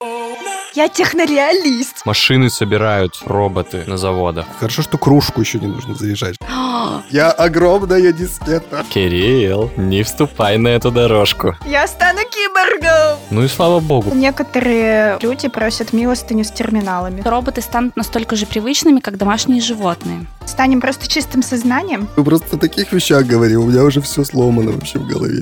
Я технореалист. Машины собирают роботы на заводах. Хорошо, что кружку еще не нужно заряжать. Я огромная дискета. Кирилл, не вступай на эту дорожку. Я стану киборгом. Ну и слава богу. Некоторые люди просят милостыню с терминалами. Роботы станут настолько же привычными, как домашние животные. Станем просто чистым сознанием. Вы просто о таких вещах говорите. У меня уже все сломано вообще в голове.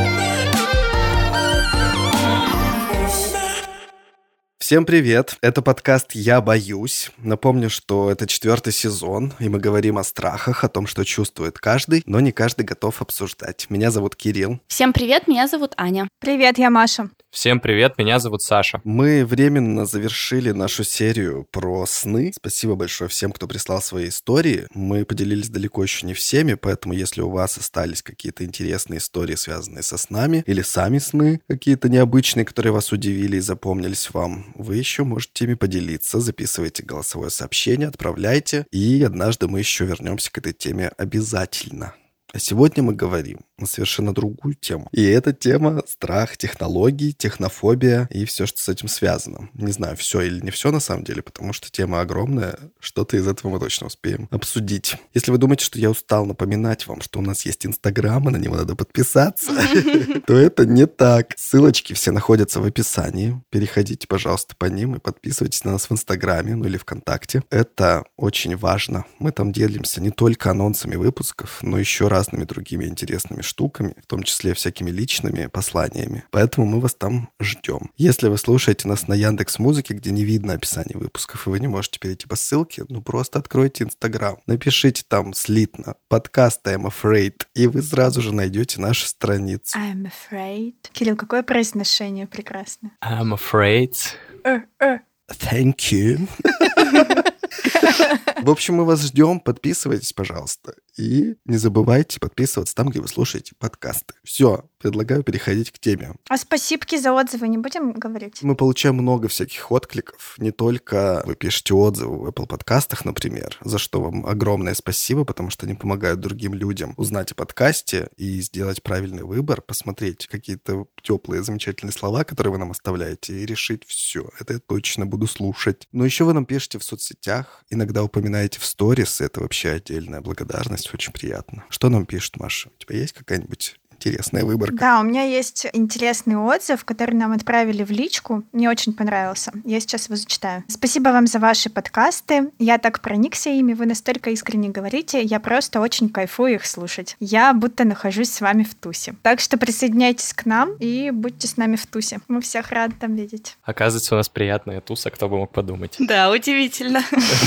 Всем привет! Это подкаст «Я боюсь». Напомню, что это 4-й сезон, и мы говорим о страхах, о том, что чувствует каждый, но не каждый готов обсуждать. Меня зовут Кирилл. Всем привет, меня зовут Аня. Привет, я Маша. Всем привет, меня зовут Саша. Мы временно завершили нашу серию про сны. Спасибо большое всем, кто прислал свои истории. Мы поделились далеко еще не всеми, поэтому если у вас остались какие-то интересные истории, связанные со снами, или сами сны какие-то необычные, которые вас удивили и запомнились вам, вы еще можете ими поделиться. Записывайте голосовое сообщение, отправляйте, и однажды мы еще вернемся к этой теме обязательно. А сегодня мы говорим на совершенно другую тему. И эта тема — страх технологий, технофобия и все, что с этим связано. Не знаю, все или не все на самом деле, потому что тема огромная. Что-то из этого мы точно успеем обсудить. Если вы думаете, что я устал напоминать вам, что у нас есть Инстаграм, и на него надо подписаться, то это не так. Ссылочки все находятся в описании. Переходите, пожалуйста, по ним и подписывайтесь на нас в Инстаграме, ну или ВКонтакте. Это очень важно. Мы там делимся не только анонсами выпусков, но еще разными другими интересными штуками, в том числе всякими личными посланиями. Поэтому мы вас там ждем. Если вы слушаете нас на Яндекс.Музыке, где не видно описание выпусков, и вы не можете перейти по ссылке, ну просто откройте Инстаграм, напишите там слитно подкаст I'm Afraid, и вы сразу же найдете нашу страницу. I'm afraid. Кирилл, какое произношение прекрасное. I'm afraid. Thank you. В общем, мы вас ждем. Подписывайтесь, пожалуйста. И не забывайте подписываться там, где вы слушаете подкасты. Все, предлагаю переходить к теме. А спасибки за отзывы не будем говорить? Мы получаем много всяких откликов. Не только вы пишете отзывы в Apple подкастах, например, за что вам огромное спасибо, потому что они помогают другим людям узнать о подкасте и сделать правильный выбор, посмотреть какие-то теплые, замечательные слова, которые вы нам оставляете, и решить все. Это я точно буду слушать. Но еще вы нам пишете в соцсетях, иногда упоминаете в сторис. Это вообще отдельная благодарность. Очень приятно. Что нам пишет Маша? У тебя есть какая-нибудь интересная выборка? Да, у меня есть интересный отзыв, который нам отправили в личку. Мне очень понравился. Я сейчас его зачитаю. Спасибо вам за ваши подкасты. Я так проникся ими. Вы настолько искренне говорите. Я просто очень кайфую их слушать. Я будто нахожусь с вами в тусе. Так что присоединяйтесь к нам и будьте с нами в тусе. Мы всех рады там видеть. Оказывается, у нас приятная туса, кто бы мог подумать. Да, удивительно.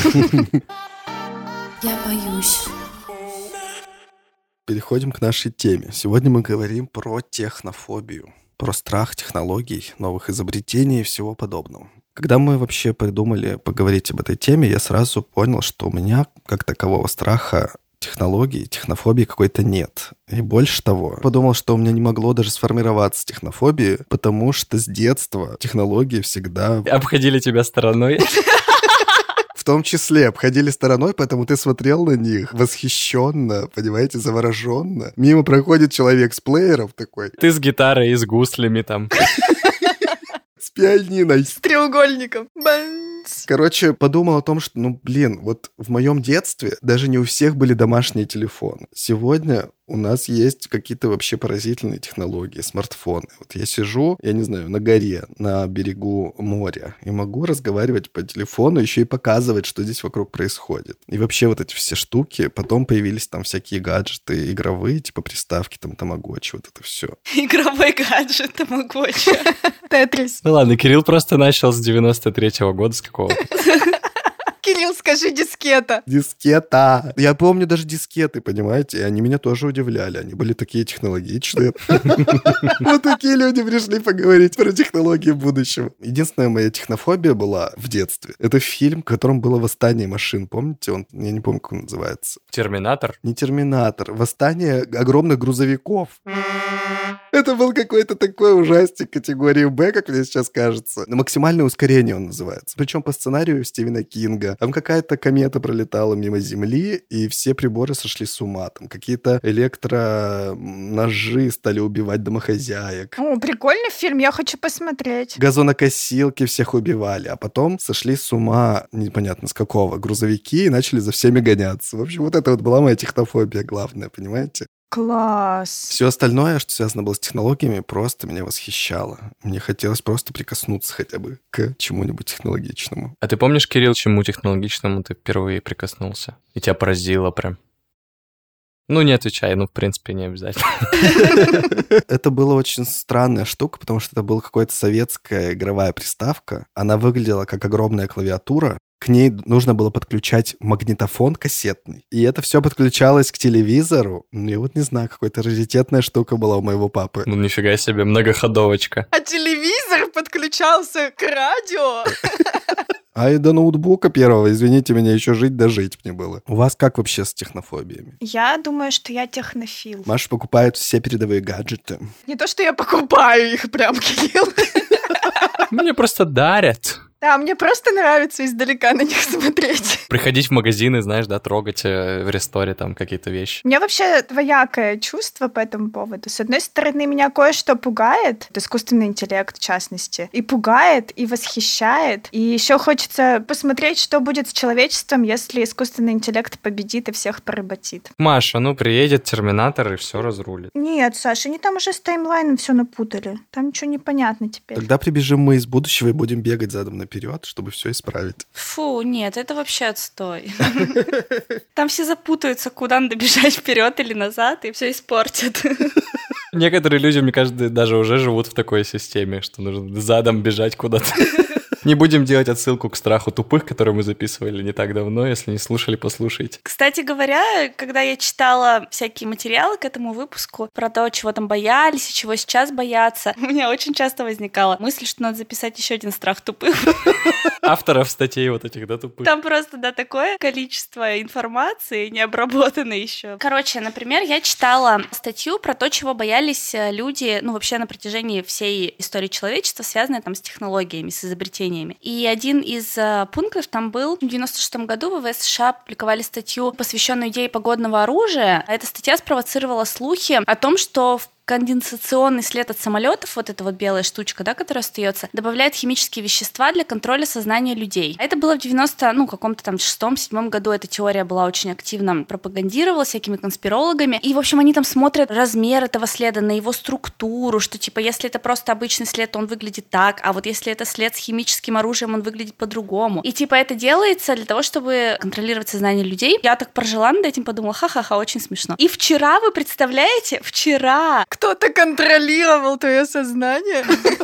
Я боюсь. Переходим к нашей теме. Сегодня мы говорим про технофобию, про страх технологий, новых изобретений и всего подобного. Когда мы вообще придумали поговорить об этой теме, я сразу понял, что у меня как такового страха технологий, технофобии какой-то нет. И больше того, подумал, что у меня не могло даже сформироваться технофобии, потому что с детства технологии всегда Обходили тебя стороной. в том числе обходили стороной, поэтому ты смотрел на них восхищенно, понимаете, завороженно. Мимо проходит человек с плеером такой, Ты с гитарой и с гуслями там. с пианиной. С треугольником. Банс. Короче, подумал о том, что, вот в моем детстве даже не у всех были домашние телефоны. Сегодня у нас есть какие-то вообще поразительные технологии, смартфоны. Вот я сижу, я не знаю, на горе, на берегу моря, и могу разговаривать по телефону, еще и показывать, что здесь вокруг происходит. И вообще вот эти все штуки, потом появились там всякие гаджеты игровые, типа приставки, там, тамагочи, вот это все. Игровой гаджет тамагочи. Тетрис. Ну ладно, Кирилл просто начал с 93-го года, с какого-то. Кирилл, скажи дискета. Дискета. Я помню даже дискеты, понимаете, и они меня тоже удивляли. Они были такие технологичные. Вот такие люди пришли поговорить про технологии будущего. Единственная моя технофобия была в детстве. Это фильм, в котором было «Восстание машин». Помните? Я не помню, как он называется. Терминатор? Не «Терминатор». «Восстание огромных грузовиков». Это был какой-то такой ужастик категории Б, как мне сейчас кажется. Максимальное ускорение он называется. Причем по сценарию Стивена Кинга. Там какая-то комета пролетала мимо Земли, и все приборы сошли с ума. Там какие-то электроножи стали убивать домохозяек. О, прикольный фильм, я хочу посмотреть. Газонокосилки всех убивали, а потом сошли с ума, непонятно с какого, грузовики и начали за всеми гоняться. В общем, вот это вот была моя технофобия главная, понимаете? Класс. Все остальное, что связано было с технологиями, просто меня восхищало. Мне хотелось просто прикоснуться хотя бы к чему-нибудь технологичному. А ты помнишь, Кирилл, чему технологичному ты впервые прикоснулся? И тебя поразило прям? Ну, не отвечай, в принципе, не обязательно. Это была очень странная штука, потому что это была какая-то советская игровая приставка. Она выглядела как огромная клавиатура. К ней нужно было подключать магнитофон кассетный. И это все подключалось к телевизору. Я вот не знаю, какая-то раритетная штука была у моего папы. Ну, нифига себе, многоходовочка. А телевизор подключался к радио? А и до ноутбука первого, извините меня, еще жить да жить мне было. У вас как вообще с технофобиями? Я думаю, что я технофил. Маша покупает все передовые гаджеты. Не то, что я покупаю их прям, Кирилл. Мне просто дарят. Да, мне просто нравится издалека на них смотреть. Приходить в магазины, знаешь, да, трогать в ресторе там какие-то вещи. У меня вообще двоякое чувство по этому поводу. С одной стороны, меня кое-что пугает, искусственный интеллект в частности, и пугает, и восхищает, и еще хочется посмотреть, что будет с человечеством, если искусственный интеллект победит и всех поработит. Маша, приедет терминатор и все разрулит. Нет, Саша, они там уже с таймлайном все напутали. Там ничего не понятно теперь. Тогда прибежим мы из будущего и будем бегать задом наперед, чтобы все исправить. Фу, нет, это вообще отстой. Там все запутаются, куда надо бежать вперед или назад, и все испортят. Некоторые люди, мне кажется, даже уже живут в такой системе, что нужно задом бежать куда-то. Не будем делать отсылку к страху тупых, который мы записывали не так давно. Если не слушали, послушайте. Кстати говоря, когда я читала всякие материалы к этому выпуску про то, чего там боялись и чего сейчас боятся, у меня очень часто возникала мысль, что надо записать еще один страх тупых. Авторов статей вот этих, да, тупых. Там просто, да, такое количество информации, не обработанной еще. Короче, например, я читала статью про то, чего боялись люди, вообще на протяжении всей истории человечества, связанной там с технологиями, с изобретениями. И один из пунктов там был: в 1996 году ВВС США опубликовали статью, посвященную идее погодного оружия. Эта статья спровоцировала слухи о том, что в конденсационный след от самолетов, вот эта вот белая штучка, да, которая остается, добавляет химические вещества для контроля сознания людей. Это было в каком-то там 6-7 году. Эта теория была очень активно пропагандировалась всякими конспирологами. И, в общем, они там смотрят размер этого следа, на его структуру, что, если это просто обычный след, то он выглядит так, а вот если это след с химическим оружием, он выглядит по-другому. И, это делается для того, чтобы контролировать сознание людей. Я так прожила над этим, подумала, ха-ха-ха, очень смешно. И вчера, вы представляете, кто-то контролировал твое сознание.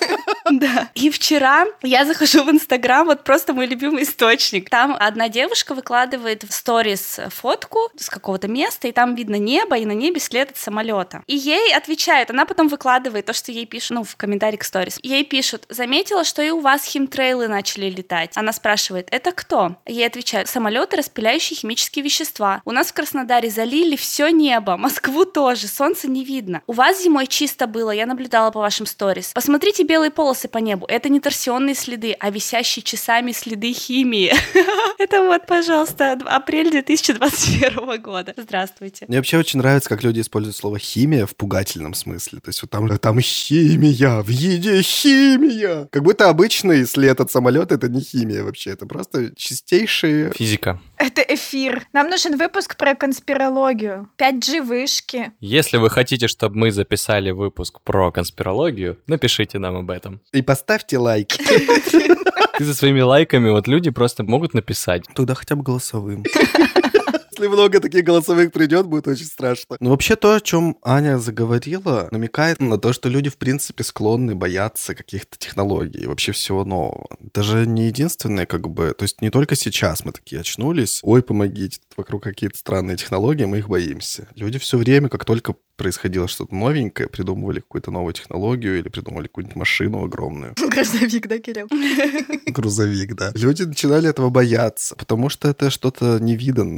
Да. И вчера я захожу в Инстаграм, вот просто мой любимый источник. Там одна девушка выкладывает в сторис фотку с какого-то места, и там видно небо, и на небе след от самолета. И ей отвечают, она потом выкладывает то, что ей пишут, в комментарии к сторис. Ей пишут: заметила, что и у вас химтрейлы начали летать. Она спрашивает: это кто? Ей отвечают: самолеты, распыляющие химические вещества. У нас в Краснодаре залили все небо, Москву тоже, солнца не видно. У вас зимой чисто было, я наблюдала по вашим сторис. Посмотрите белые полосы по небу. Это не торсионные следы, а висящие часами следы химии. Это вот, пожалуйста, апрель 2021 года. Здравствуйте. Мне вообще очень нравится, как люди используют слово «химия» в пугательном смысле. То есть вот там химия, в еде химия. Как будто обычный след от самолета — это не химия вообще. Это просто чистейшая... Физика. Это эфир. Нам нужен выпуск про конспирологию. 5G-вышки. Если вы хотите, чтобы мы записали выпуск про конспирологию, напишите нам об этом. И поставьте лайк. Ты за своими лайками, люди просто могут написать. Туда хотя бы голосовым. Если много таких голосовых придет, будет очень страшно. Но вообще то, о чем Аня заговорила, намекает на то, что люди, в принципе, склонны бояться каких-то технологий и вообще всего нового. Даже не единственное, то есть не только сейчас мы такие очнулись, ой, помогите, вокруг какие-то странные технологии, мы их боимся. Люди все время, как только происходило что-то новенькое, придумывали какую-то новую технологию или придумывали какую-нибудь машину огромную. Грузовик, да, Кирилл? Грузовик, да. Люди начинали этого бояться, потому что это что-то невиданное, оно несет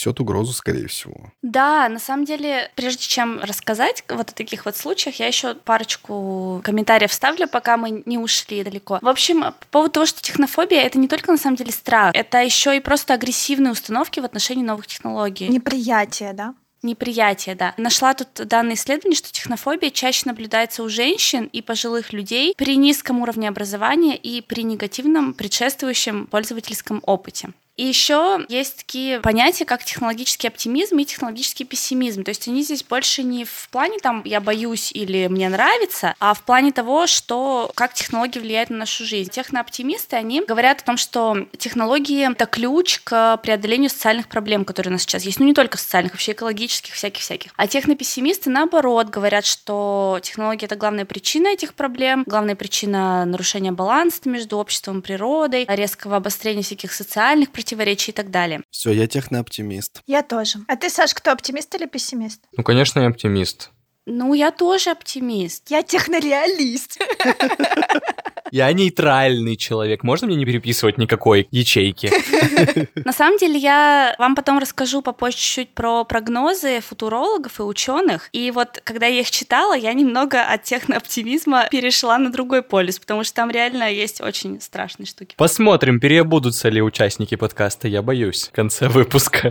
несет угрозу, скорее всего. Да, на самом деле, прежде чем рассказать вот о таких вот случаях, я еще парочку комментариев вставлю, пока мы не ушли далеко. В общем, по поводу того, что технофобия — это не только на самом деле страх, это еще и просто агрессивные установки в отношении новых технологий. Неприятие, да? Неприятие, да. Нашла тут данные исследования, что технофобия чаще наблюдается у женщин и пожилых людей при низком уровне образования и при негативном предшествующем пользовательском опыте. И еще есть такие понятия, как технологический оптимизм и технологический пессимизм. То есть они здесь больше не в плане там «я боюсь» или «мне нравится», а в плане того, что как технологии влияют на нашу жизнь. Технооптимисты, они говорят о том, что технологии — это ключ к преодолению социальных проблем, которые у нас сейчас есть. Ну, не только социальных, вообще экологических, всяких-всяких. А технопессимисты, наоборот, говорят, что технологии — это главная причина этих проблем, главная причина нарушения баланса между обществом и природой, резкого обострения всяких социальных противоречий и так далее. Все, я технооптимист. Я тоже. А ты, Саш, кто, оптимист или пессимист? Ну, конечно, я оптимист. Ну, я тоже оптимист. Я технореалист. Я нейтральный человек. Можно мне не переписывать никакой ячейки? На самом деле, я вам потом расскажу попозже чуть-чуть про прогнозы футурологов и ученых. И вот, когда я их читала, я немного от технооптимизма перешла на другой полюс, потому что там реально есть очень страшные штуки. Посмотрим, переобудутся ли участники подкаста, я боюсь, в конце выпуска.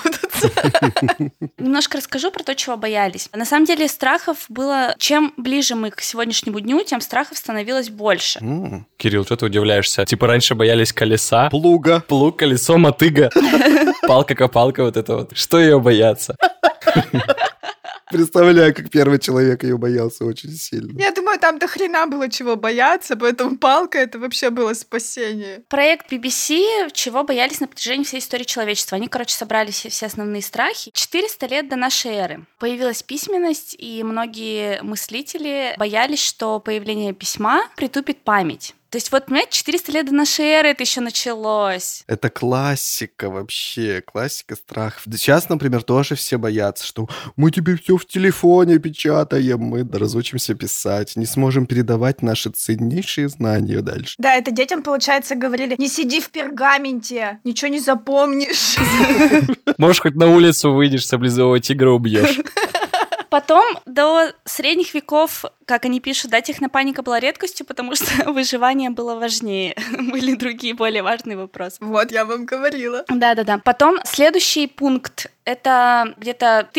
Немножко расскажу про то, чего боялись. На самом деле страхов было... Чем ближе мы к сегодняшнему дню, тем страхов становилось больше. Кирилл, что ты удивляешься? Типа раньше боялись колеса, Плуга. плуг, колесо, мотыга, палка-копалка, вот это вот. Что ее бояться? Представляю, как первый человек ее боялся очень сильно. Я думаю, там до хрена было чего бояться, поэтому палка — это вообще было спасение. Проект BBC, чего боялись на протяжении всей истории человечества. Они, собрали все основные страхи. 400 лет до нашей эры появилась письменность, и многие мыслители боялись, что появление письма притупит память. То есть вот, понимаете, 400 лет до нашей эры это еще началось. Это классика вообще, классика страхов. Сейчас, например, тоже все боятся, что мы теперь все в телефоне печатаем, мы разучимся писать, не сможем передавать наши ценнейшие знания дальше. Да, это детям, получается, говорили: не сиди в пергаменте, ничего не запомнишь. Можешь хоть на улицу выйдешь, саблезубого тигра убьешь. Потом до средних веков, как они пишут, да, технопаника была редкостью, потому что выживание было важнее. Были другие более важные вопросы. Вот, я вам говорила. Да-да-да. Потом следующий пункт — это где-то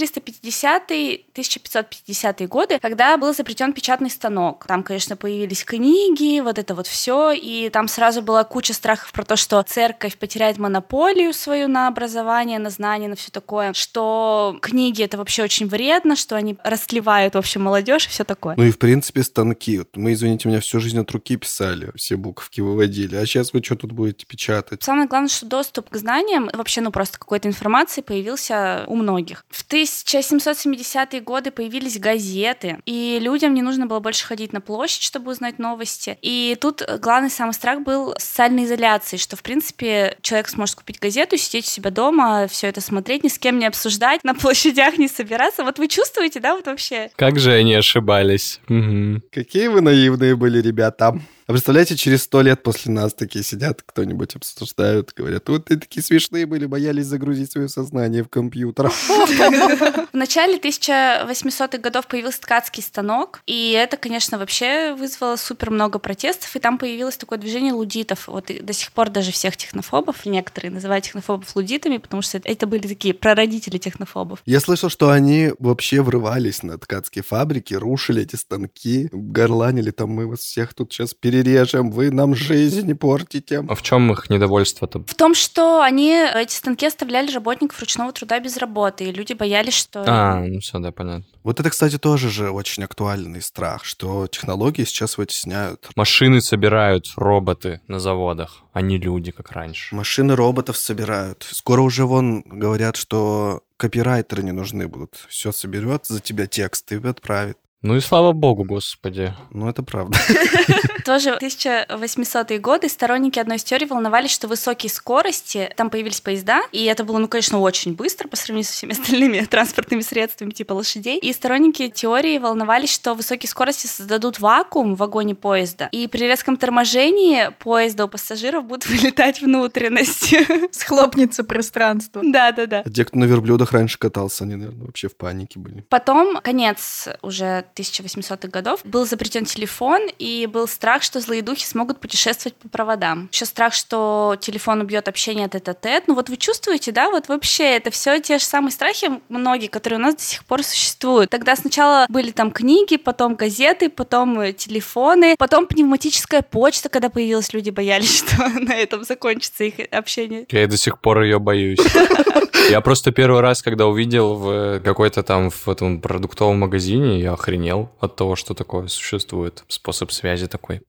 1450-1550 годы, когда был изобретен печатный станок. Там, конечно, появились книги, вот это вот все, и там сразу была куча страхов про то, что церковь потеряет монополию свою на образование, на знания, на все такое, что книги — это вообще очень вредно, что они растлевают, в общем, молодежь и все такое. Ну и, в принципе, станки. Вот мы, извините меня, всю жизнь от руки писали, все буковки выводили. А сейчас вы что тут будете печатать? Самое главное, что доступ к знаниям, вообще, просто какой-то информации появился у многих. В 1770-е годы появились газеты, и людям не нужно было больше ходить на площадь, чтобы узнать новости. И тут главный самый страх был социальной изоляции, что, в принципе, человек сможет купить газету, сидеть у себя дома, все это смотреть, ни с кем не обсуждать, на площадях не собираться. Вот вы чувствуете, да, вот вообще? Как же они ошибались. Угу. Какие вы наивные были, ребята. А представляете, через 100 лет после нас такие сидят, кто-нибудь обсуждают, говорят: вот ты такие смешные были, боялись загрузить свое сознание в компьютер. В начале 1800-х годов появился ткацкий станок, и это, конечно, вообще вызвало супер много протестов, и там появилось такое движение лудитов. Вот и до сих пор даже всех технофобов, некоторые называют технофобов лудитами, потому что это были такие прародители технофобов. Я слышал, что они вообще врывались на ткацкие фабрики, рушили эти станки, горланили там: мы вас всех тут сейчас перережем, вы нам жизнь не портите. А в чем их недовольство-то? В том, что эти станки оставляли работников ручного труда без работы, и люди боялись, что... Ну все, да, понятно. Вот это, кстати, тоже же очень актуальный страх, что технологии сейчас вытесняют. Машины собирают роботы на заводах, а не люди, как раньше. Машины роботов собирают. Скоро уже говорят, что копирайтеры не нужны будут. Все соберет за тебя текст и отправит. Ну и слава богу, господи. Ну, это правда. Тоже в 1800-е годы сторонники одной из теорий волновались, что высокие скорости, там появились поезда, и это было, ну, конечно, очень быстро по сравнению со всеми остальными транспортными средствами типа лошадей. И сторонники теории волновались, что высокие скорости создадут вакуум в вагоне поезда, и при резком торможении поезда у пассажиров будут вылетать внутренности. Схлопнется пространство. Да-да-да. А те, кто на верблюдах раньше катался, они, наверное, вообще в панике были. Потом, конец уже 1800-х годов, был запретен телефон, и был страх, что злые духи смогут путешествовать по проводам. Еще страх, что телефон убьет общение тет-а-тет. Ну вот вы чувствуете, да, вот вообще это все те же самые страхи, многие, которые у нас до сих пор существуют. Тогда сначала были там книги, потом газеты, потом телефоны, потом пневматическая почта, когда появилась, люди боялись, что на этом закончится их общение. Я до сих пор ее боюсь. Я просто первый раз, когда увидел в какой-то там в этом продуктовом магазине, я охренел от того, что такое существует. Способ связи такой.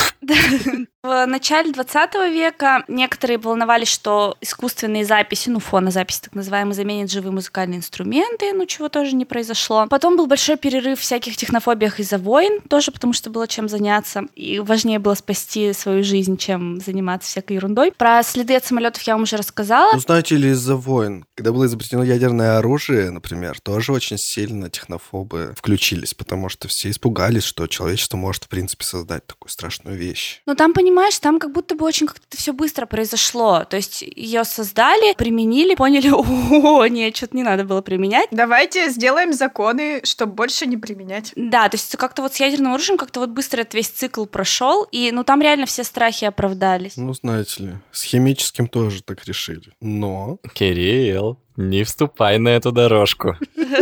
В начале 20 века некоторые волновались, что искусственные записи, ну, фонозаписи так называемые, заменят живые музыкальные инструменты, ну, чего тоже не произошло. Потом был большой перерыв в всяких технофобиях из-за войн, тоже потому что было чем заняться, и важнее было спасти свою жизнь, чем заниматься всякой ерундой. Про следы от самолетов я вам уже рассказала. Ну, знаете ли, из-за войн. Когда было изобретено ядерное оружие, например, тоже очень сильно технофобы включились, потому что все испугались, что человечество может, в принципе, создать такую страшную вещь. Ну, там, понимаешь, там как будто бы очень как-то все быстро произошло. То есть ее создали, применили, поняли, о, нет, что-то не надо было применять. Давайте сделаем законы, чтобы больше не применять. Да, то есть как-то вот с ядерным оружием как-то вот быстро этот весь цикл прошел, и, ну, там реально все страхи оправдались. Ну, знаете ли, с химическим тоже так решили. Но... Кирилл, не вступай на эту дорожку.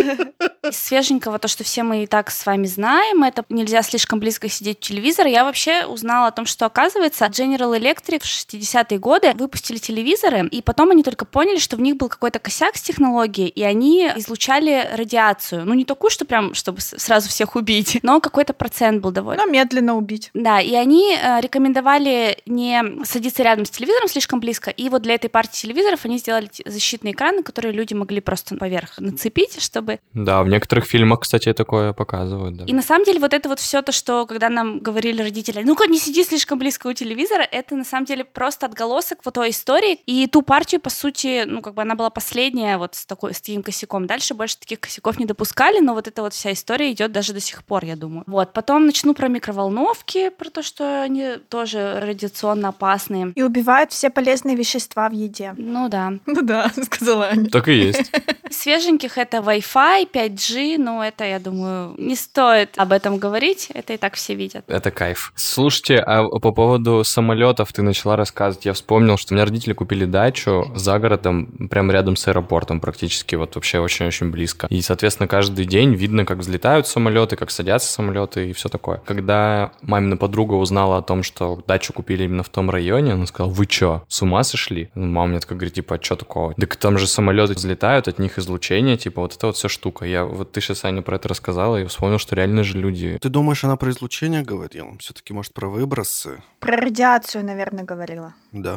Из свеженького, то, что все мы и так с вами знаем, это нельзя слишком близко сидеть у телевизора. Я вообще узнала о том, что, оказывается, General Electric в 60-е годы выпустили телевизоры, и потом они только поняли, что в них был какой-то косяк с технологией, и они излучали радиацию. Ну, не такую, что прям, чтобы сразу всех убить, но какой-то процент был довольно. Но медленно убить. Да, и они рекомендовали не садиться рядом с телевизором слишком близко, и вот для этой партии телевизоров они сделали защитные экраны, которые люди могли просто поверх нацепить, чтобы... Да, в некоторых фильмах, кстати, такое показывают. Да. И на самом деле вот это вот все то, что когда нам говорили родители, ну-ка не сиди слишком близко у телевизора, это на самом деле просто отголосок вот той истории. И ту партию, по сути, ну как бы она была последняя вот с таким косяком. Дальше больше таких косяков не допускали, но вот эта вот вся история идет даже до сих пор, я думаю. Вот, потом начну про микроволновки, про то, что они тоже радиационно опасные. И убивают все полезные вещества в еде. Ну да. Ну да, сказала Аня. Так и есть. Из свеженьких это Wi-Fi, 5G, ну это, я думаю, не стоит об этом говорить, это и так все видят. Это кайф. Слушайте, а по поводу самолетов ты начала рассказывать. Я вспомнил, что у меня родители купили дачу за городом, прямо рядом с аэропортом практически, вот вообще очень-очень близко. И, соответственно, каждый день видно, как взлетают самолеты, как садятся самолеты и все такое. Когда мамина подруга узнала о том, что дачу купили именно в том районе, она сказала: вы чё, с ума сошли? Мама мне такая говорит, типа, а чё такого? Так там же самолеты взлетают, от них излучение, типа, вот это вот вся штука. Вот ты сейчас, Аня, про это рассказала, и вспомнил, что реально же люди... Ты думаешь, она про излучение говорила? Все-таки, может, про выбросы? Про радиацию, наверное, говорила. Да.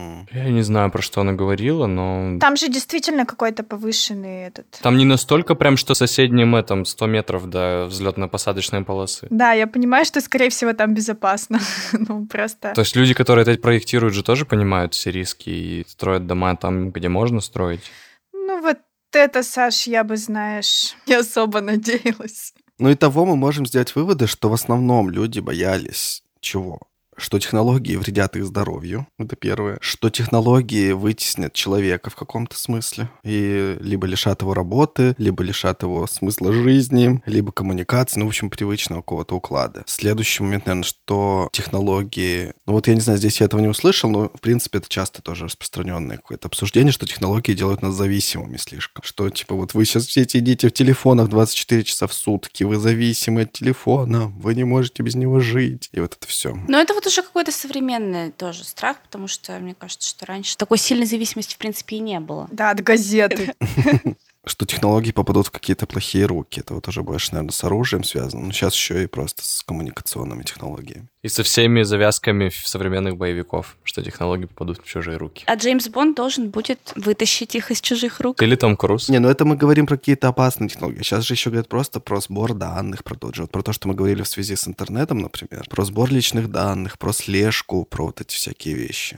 Я не знаю, про что она говорила, но... Там же действительно какой-то повышенный этот... Там не настолько прям, что соседним 100 метров до взлетно-посадочной полосы. Да, я понимаю, что, скорее всего, там безопасно. Ну, просто... То есть люди, которые это проектируют, же тоже понимают все риски и строят дома там, где можно строить? Ну, вот это, Саш, я бы, знаешь, не особо надеялась. Ну и того мы можем сделать выводы, что в основном люди боялись чего? Что технологии вредят их здоровью, это первое. Что технологии вытеснят человека в каком-то смысле. И либо лишат его работы, либо лишат его смысла жизни, либо коммуникации, ну, в общем, привычного какого-то уклада. Следующий момент, наверное, что технологии... Ну, вот я не знаю, здесь я этого не услышал, но, в принципе, это часто тоже распространенное какое-то обсуждение, что технологии делают нас зависимыми слишком. Что, типа, вот вы сейчас все сидите в телефонах 24 часа в сутки, вы зависимы от телефона, вы не можете без него жить. И вот это все. Но это вот уже какой-то современный тоже страх, потому что мне кажется, что раньше такой сильной зависимости в принципе и не было. Да, от газеты. что технологии попадут в какие-то плохие руки. Это вот уже больше, наверное, с оружием связано, но сейчас еще и просто с коммуникационными технологиями. И со всеми завязками современных боевиков, что технологии попадут в чужие руки. А Джеймс Бонд должен будет вытащить их из чужих рук. Или Том Круз. Не, ну это мы говорим про какие-то опасные технологии. Сейчас же еще говорят просто про сбор данных, про тот же, вот про то, что мы говорили в связи с интернетом, например, про сбор личных данных, про слежку, про вот эти всякие вещи.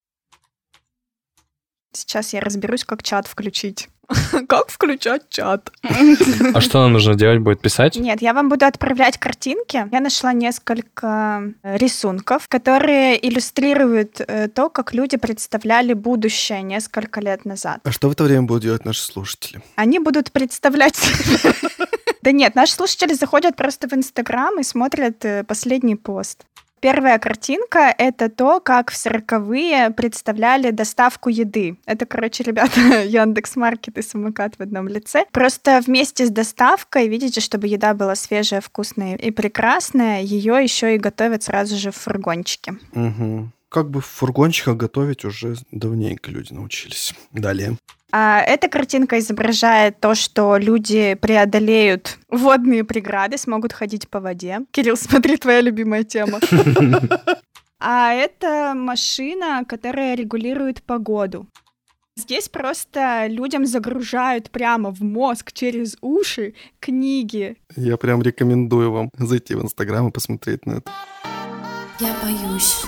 Сейчас я разберусь, как чат включить. Как включать чат? А что нам нужно делать? Будет писать? Нет, я вам буду отправлять картинки. Я нашла несколько рисунков, которые иллюстрируют то, как люди представляли будущее несколько лет назад. А что в это время будут делать наши слушатели? Они будут представлять... Да нет, наши слушатели заходят просто в Инстаграм и смотрят последний пост. Первая картинка — это то, как в 40-е представляли доставку еды. Это, короче, ребята, Яндекс.Маркет и самокат в одном лице. Просто вместе с доставкой, видите, чтобы еда была свежая, вкусная и прекрасная, ее еще и готовят сразу же в фургончике. Угу. Как бы в фургончиках готовить уже давненько люди научились. Далее. А эта картинка изображает то, что люди преодолеют водные преграды, смогут ходить по воде. Кирилл, смотри, твоя любимая тема. А это машина, которая регулирует погоду. Здесь просто людям загружают прямо в мозг через уши книги. Я прям рекомендую вам зайти в Инстаграм и посмотреть на это. Я боюсь.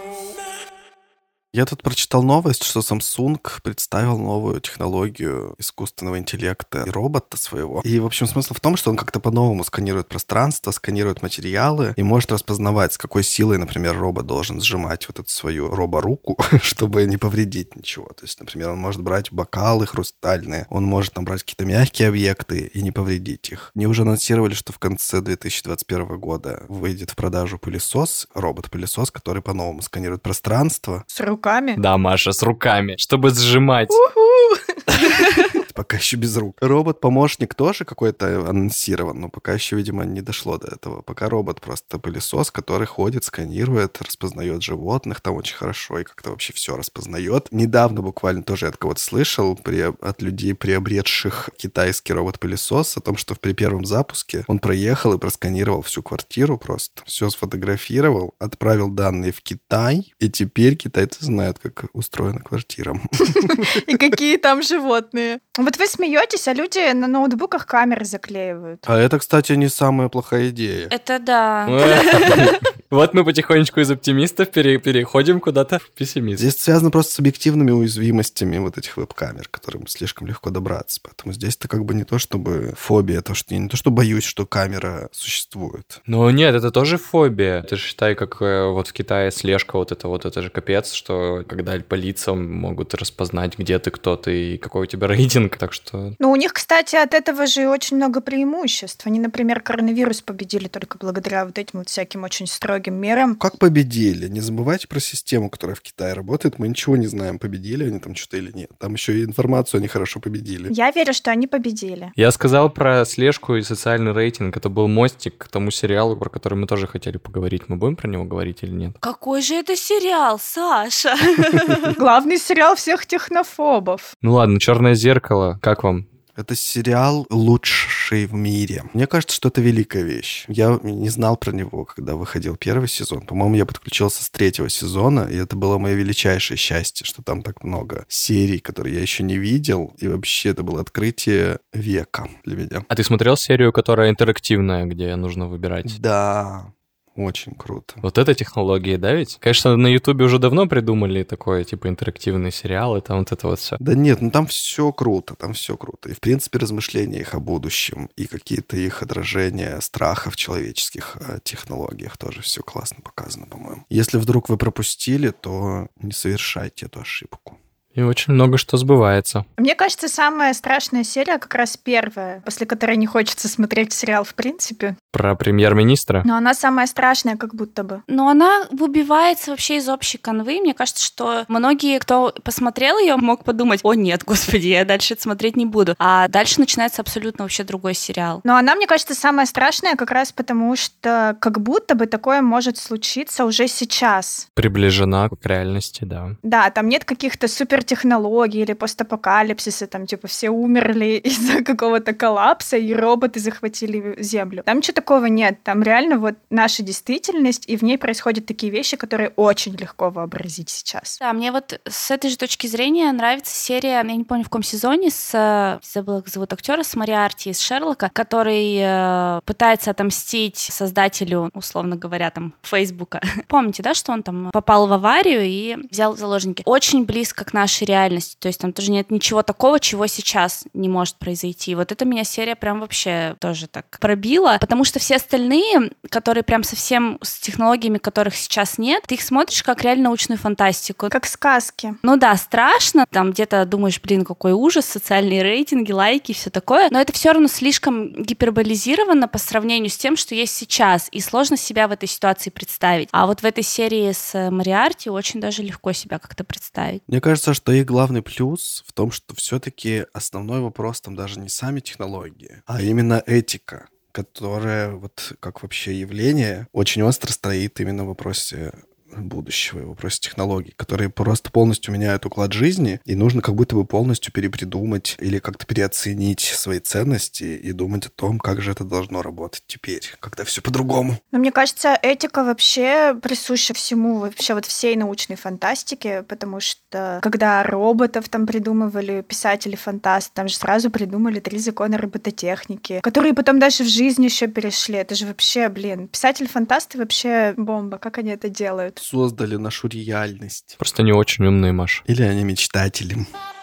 Я тут прочитал новость, что Samsung представил новую технологию искусственного интеллекта и робота своего. И, в общем, смысл в том, что он как-то по-новому сканирует пространство, сканирует материалы и может распознавать, с какой силой, например, робот должен сжимать вот эту свою роборуку, чтобы не повредить ничего. То есть, например, он может брать бокалы хрустальные, он может там брать какие-то мягкие объекты и не повредить их. Они уже анонсировали, что в конце 2021 года выйдет в продажу пылесос, робот-пылесос, который по-новому сканирует пространство. С руками? Да, Маша, с руками, чтобы сжимать. Пока еще без рук. Робот-помощник тоже какой-то анонсирован, но пока еще, видимо, не дошло до этого. Пока робот просто пылесос, который ходит, сканирует, распознает животных там очень хорошо и как-то вообще все распознает. Недавно буквально тоже я от кого-то слышал, от людей, приобретших китайский робот-пылесос, о том, что при первом запуске он проехал и просканировал всю квартиру просто. Все сфотографировал, отправил данные в Китай, и теперь китайцы знают, как устроена квартира. И какие там животные. Вот вы смеетесь, а люди на ноутбуках камеры заклеивают. А это, кстати, не самая плохая идея. Это да. Вот мы потихонечку из оптимистов переходим куда-то в пессимизм. Здесь связано просто с объективными уязвимостями вот этих веб-камер, к которым слишком легко добраться. Поэтому здесь-то как бы не то, чтобы фобия, то, что я не то, что боюсь, что камера существует. Ну нет, это тоже фобия. Ты же считай, как вот в Китае слежка, вот это же капец, что когда по лицам могут распознать, где ты, кто ты и какой у тебя рейтинг, так что... Ну, у них, кстати, от этого же очень много преимуществ. Они, например, коронавирус победили только благодаря вот этим вот всяким очень строгим мерам. Как победили? Не забывайте про систему, которая в Китае работает. Мы ничего не знаем, победили они там что-то или нет. Там еще и информацию они хорошо победили. Я верю, что они победили. Я сказал про слежку и социальный рейтинг. Это был мостик к тому сериалу, про который мы тоже хотели поговорить. Мы будем про него говорить или нет? Какой же это сериал, Саша? Главный сериал всех технофобов. Ну ладно, «Черное зеркало». Как вам? Это сериал лучший в мире. Мне кажется, что это великая вещь. Я не знал про него, когда выходил первый сезон. По-моему, я подключился с 3-го сезона, и это было мое величайшее счастье, что там так много серий, которые я еще не видел. И вообще это было открытие века для меня. А ты смотрел серию, которая интерактивная, где нужно выбирать? Да. Очень круто. Вот это технологии, да ведь? Конечно, на Ютубе уже давно придумали такое, типа, интерактивный сериал, и там вот это вот все. Да нет, ну там все круто, там все круто. И, в принципе, размышления их о будущем, и какие-то их отражения страха в человеческих технологиях тоже все классно показано, по-моему. Если вдруг вы пропустили, то не совершайте эту ошибку. И очень много что сбывается. Мне кажется, самая страшная серия как раз первая, после которой не хочется смотреть сериал в принципе. Про премьер-министра? Но она самая страшная как будто бы. Но она выбивается вообще из общей канвы. Мне кажется, что многие, кто посмотрел ее, мог подумать: о нет, господи, я дальше это смотреть не буду. А дальше начинается абсолютно вообще другой сериал. Но она, мне кажется, самая страшная как раз потому, что как будто бы такое может случиться уже сейчас. Приближена к реальности, да. Да, там нет каких-то супертехнологий, супертехнологий или постапокалипсиса, там, типа, все умерли из-за какого-то коллапса, и роботы захватили Землю. Там ничего такого нет. Там реально вот наша действительность, и в ней происходят такие вещи, которые очень легко вообразить сейчас. Да, мне вот с этой же точки зрения нравится серия, я не помню, в каком сезоне, забыла, как зовут актера, с Мориарти из Шерлока, который пытается отомстить создателю, условно говоря, там, Фейсбука. Помните, да, что он там попал в аварию и взял в заложники? Очень близко к нашей реальности, то есть там тоже нет ничего такого, чего сейчас не может произойти. Вот эта меня серия прям вообще тоже так пробила, потому что все остальные, которые прям совсем с технологиями, которых сейчас нет, ты их смотришь как реально научную фантастику. Как сказки. Ну да, страшно, там где-то думаешь, блин, какой ужас, социальные рейтинги, лайки, все такое, но это все равно слишком гиперболизировано по сравнению с тем, что есть сейчас, и сложно себя в этой ситуации представить. А вот в этой серии с Мориарти очень даже легко себя как-то представить. Мне кажется, что их главный плюс в том, что все-таки основной вопрос там даже не сами технологии, а именно этика, которая вот как вообще явление очень остро стоит именно в вопросе будущего, в вопросе технологий, которые просто полностью меняют уклад жизни, и нужно как будто бы полностью перепридумать или как-то переоценить свои ценности и думать о том, как же это должно работать теперь, когда все по-другому. Но мне кажется, этика вообще присуща всему, вообще вот всей научной фантастике, потому что когда роботов там придумывали писатели-фантасты, там же сразу придумали 3 закона робототехники, которые потом даже в жизнь еще перешли. Это же вообще, блин, писатели-фантасты вообще бомба, как они это делают? Создали нашу реальность. Просто не очень умные, Маша. Или они мечтатели.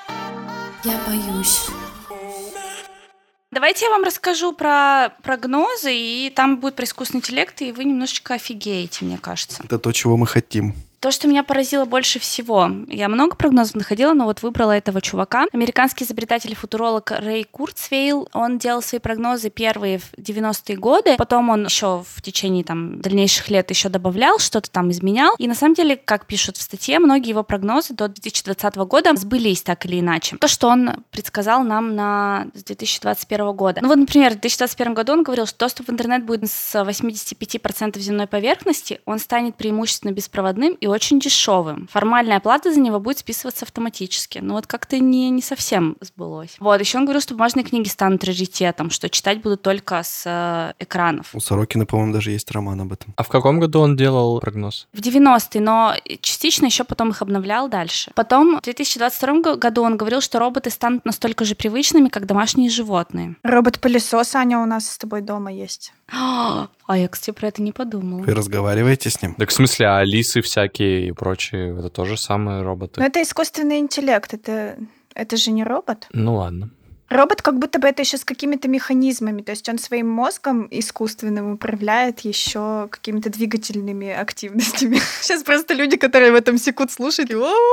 Я боюсь. Давайте я вам расскажу про прогнозы, и там будет про искусственный интеллект, и вы немножечко офигеете, мне кажется. Это то, чего мы хотим. То, что меня поразило больше всего. Я много прогнозов находила, но вот выбрала этого чувака. Американский изобретатель и футуролог Рэй Курцвейл. Он делал свои прогнозы первые в 90-е годы. Потом он еще в течение там дальнейших лет еще добавлял, что-то там изменял. И на самом деле, как пишут в статье, многие его прогнозы до 2020 года сбылись так или иначе. То, что он предсказал нам на 2021 года. Ну вот, например, в 2021 году он говорил, что доступ в интернет будет с 85% земной поверхности, он станет преимущественно беспроводным и очень дешевым. Формальная оплата за него будет списываться автоматически. Но вот как-то не совсем сбылось. Вот, еще он говорил, что бумажные книги станут раритетом, что читать будут только с экранов. У Сорокина, по-моему, даже есть роман об этом. А в каком году он делал прогноз? В 90-е, но частично еще потом их обновлял дальше. Потом в 2022 году он говорил, что роботы станут настолько же привычными, как домашние животные. Робот-пылесос, Аня, у нас с тобой дома есть. А я, кстати, про это не подумала. Вы разговариваете с ним? Так в смысле, а лисы всякие и прочие, это тоже самые роботы? Но это искусственный интеллект, это же не робот. Ну ладно. Робот как будто бы это еще с какими-то механизмами, то есть он своим мозгом искусственным управляет еще какими-то двигательными активностями. Сейчас просто люди, которые в этом секут, слушают.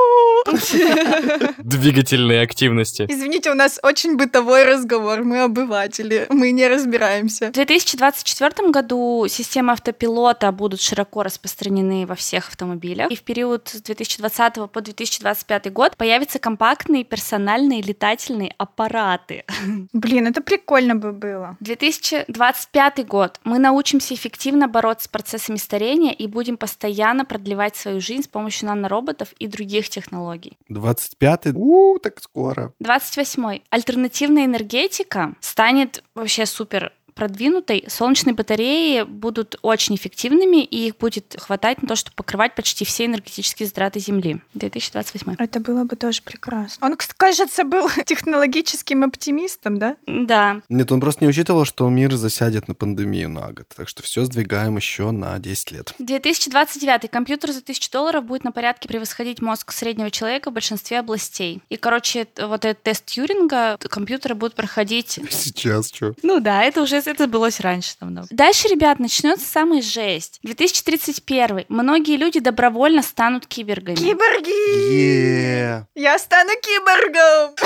Двигательные активности. Извините, у нас очень бытовой разговор, мы обыватели, мы не разбираемся. В 2024 году системы автопилота будут широко распространены во всех автомобилях. И в период с 2020 по 2025 год появятся компактные персональные летательные аппараты. Блин, это прикольно бы было. 2025 год. Мы научимся эффективно бороться с процессами старения и будем постоянно продлевать свою жизнь с помощью нанороботов и других технологий. 25-й? Так скоро. 28-й. Альтернативная энергетика станет вообще супер продвинутой. Солнечные батареи будут очень эффективными, и их будет хватать на то, чтобы покрывать почти все энергетические затраты Земли. 2028. Это было бы тоже прекрасно. Он, кажется, был технологическим оптимистом, да? Да. Нет, он просто не учитывал, что мир засядет на пандемию на год. Так что все сдвигаем еще на 10 лет. 2029. Компьютер за $1000 будет на порядке превосходить мозг среднего человека в большинстве областей. И, короче, вот этот тест Тьюринга компьютеры будут проходить... Сейчас что? Ну да, это сбылось раньше намного. Дальше, ребят, начнется самая жесть. 2031. Многие люди добровольно станут киборгами. Киборги! Я стану киборгом!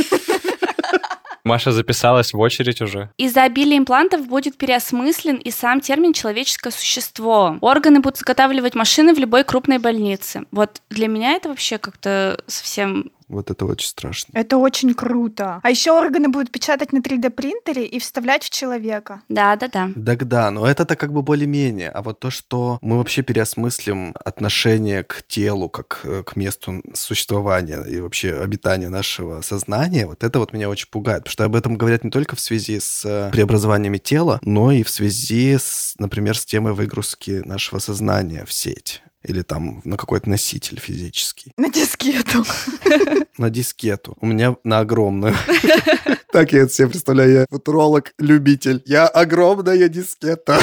Маша записалась в очередь уже. Из-за обилия имплантов будет переосмыслен и сам термин «человеческое существо». Органы будут изготавливать машины в любой крупной больнице. Вот для меня это вообще как-то совсем Вот это очень страшно. Это очень круто. А еще органы будут печатать на 3D-принтере и вставлять в человека. Да. Да, но это-то как бы более-менее. А вот то, что мы вообще переосмыслим отношение к телу, как к месту существования и вообще обитания нашего сознания, вот это вот меня очень пугает. Потому что об этом говорят не только в связи с преобразованиями тела, но и в связи с, например, с темой выгрузки нашего сознания в сеть. Или там на какой-то носитель физический. На дискету. На дискету. У меня на огромную. Так я это себе представляю. Я футуролог-любитель. Я огромная дискета.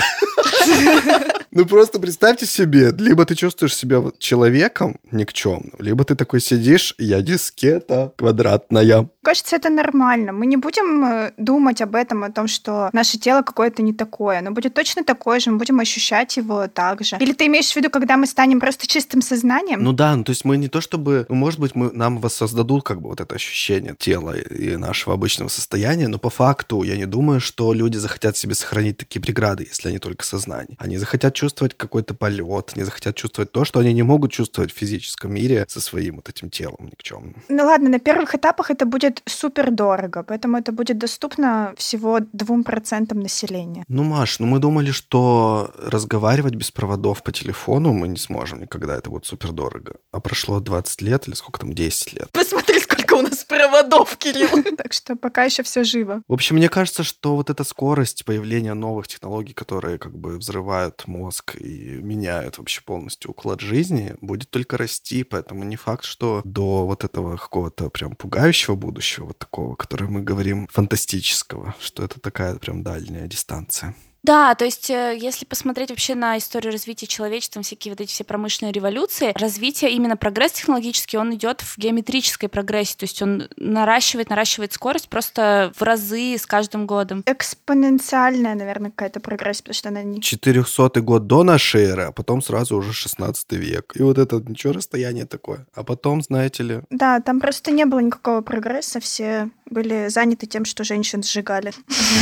Ну просто представьте себе, либо ты чувствуешь себя вот человеком никчемным, либо ты такой сидишь, я дискета квадратная. Кажется, это нормально. Мы не будем думать об этом, о том, что наше тело какое-то не такое. Оно будет точно такое же, мы будем ощущать его так же. Или ты имеешь в виду, когда мы станем просто чистым сознанием? Ну да, ну то есть мы не то чтобы... Ну, может быть, нам воссоздадут как бы вот это ощущение тела и нашего обычного состояния, но по факту я не думаю, что люди захотят себе сохранить такие преграды, если они только сознание. Они захотят чувствовать какой-то полет, они захотят чувствовать то, что они не могут чувствовать в физическом мире со своим вот этим телом никчемным. Ну ладно, на первых этапах это будет супер дорого, поэтому это будет доступно всего 2% населения. Ну, Маш, мы думали, что разговаривать без проводов по телефону мы не сможем никогда, это будет супер дорого. А прошло 20 лет или сколько там, 10 лет. Посмотри, сколько у нас проводов, Кирилл. Так что пока еще все живо. В общем, мне кажется, что вот эта скорость появления новых технологий, которые как бы взрывают мозг и меняют вообще полностью уклад жизни, будет только расти, поэтому не факт, что до вот этого какого-то прям пугающего будущего, вот такого, которое мы говорим, фантастического, что это такая прям дальняя дистанция. Да, то есть, если посмотреть вообще на историю развития человечества, всякие вот эти все промышленные революции, развитие, именно прогресс технологический, он идет в геометрической прогрессии, то есть он наращивает скорость просто в разы с каждым годом. Экспоненциальная, наверное, какая-то прогрессия, потому что она не... 400-й год до нашей эры, а потом сразу уже 16 век. И вот это ничего расстояние такое. А потом, знаете ли... Да, там просто не было никакого прогресса, все были заняты тем, что женщин сжигали.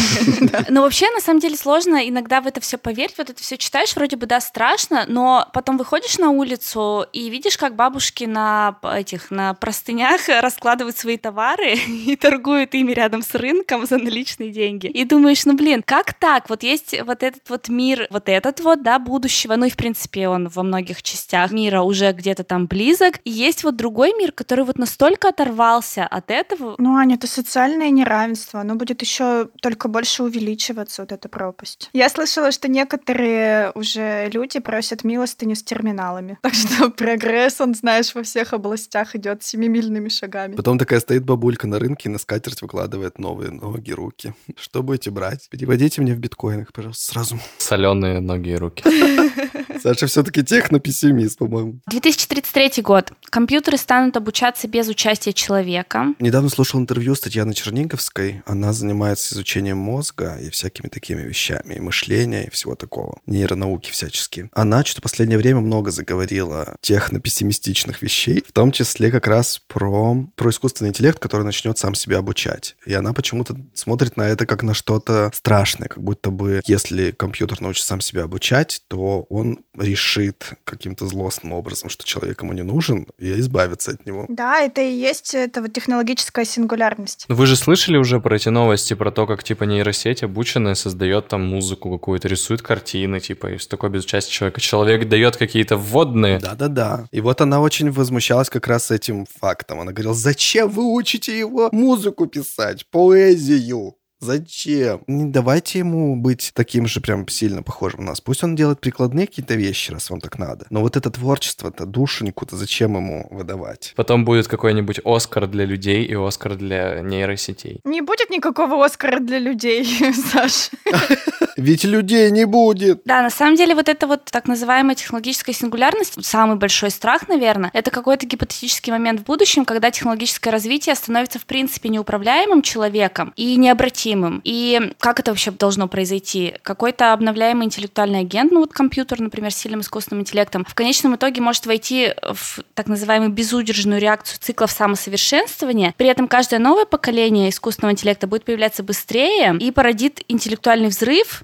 Но вообще, на самом деле, сложно иногда в это все поверить, вот это все читаешь, вроде бы, да, страшно, но потом выходишь на улицу и видишь, как бабушки на простынях раскладывают свои товары и торгуют ими рядом с рынком за наличные деньги. И думаешь, как так? Вот есть вот этот вот мир, да, будущего, ну и, в принципе, он во многих частях мира уже где-то там близок, и есть вот другой мир, который вот настолько оторвался от этого. Ну, Аня, это социальное неравенство, оно будет еще только больше увеличиваться, вот эта пропасть. Я слышала, что некоторые уже люди просят милостыню с терминалами. Так что прогресс, он, знаешь, во всех областях идет семимильными шагами. Потом такая стоит бабулька на рынке и на скатерть выкладывает новые ноги, руки. Что будете брать? Переводите мне в биткоинах, пожалуйста, сразу. Соленые ноги и руки. Саша все-таки технопессимист, по-моему. 2033 год. Компьютеры станут обучаться без участия человека. Недавно слушал интервью с Татьяной Черниговской. Она занимается изучением мозга и всякими такими вещами, и мышления, и всего такого. Нейронауки всяческие. Она что-то в последнее время много заговорила технопессимистичных вещей, в том числе как раз про искусственный интеллект, который начнет сам себя обучать. И она почему-то смотрит на это как на что-то страшное, как будто бы если компьютер научится сам себя обучать, то он решит каким-то злостным образом, что человек ему не нужен, и избавиться от него. Да, это и есть эта вот технологическая сингулярность. Вы же слышали уже про эти новости, про то, как типа нейросеть обученная создает там музыку какую-то, рисует картины, типа, из такой без участия человека. Человек дает какие-то вводные. Да. И вот она очень возмущалась как раз этим фактом. Она говорила, зачем вы учите его музыку писать, поэзию? Зачем? Не давайте ему быть таким же прям сильно похожим на нас. Пусть он делает прикладные какие-то вещи, раз вам так надо. Но вот это творчество-то, душеньку-то зачем ему выдавать? Потом будет какой-нибудь Оскар для людей и Оскар для нейросетей. Не будет никакого Оскара для людей, Саш. Ведь людей не будет. Да, на самом деле вот эта вот так называемая технологическая сингулярность, самый большой страх, наверное, это какой-то гипотетический момент в будущем, когда технологическое развитие становится в принципе неуправляемым человеком и необратимым. И как это вообще должно произойти? Какой-то обновляемый интеллектуальный агент, ну вот компьютер, например, с сильным искусственным интеллектом, в конечном итоге может войти в так называемую безудержную реакцию циклов самосовершенствования. При этом каждое новое поколение искусственного интеллекта будет появляться быстрее и породит интеллектуальный взрыв,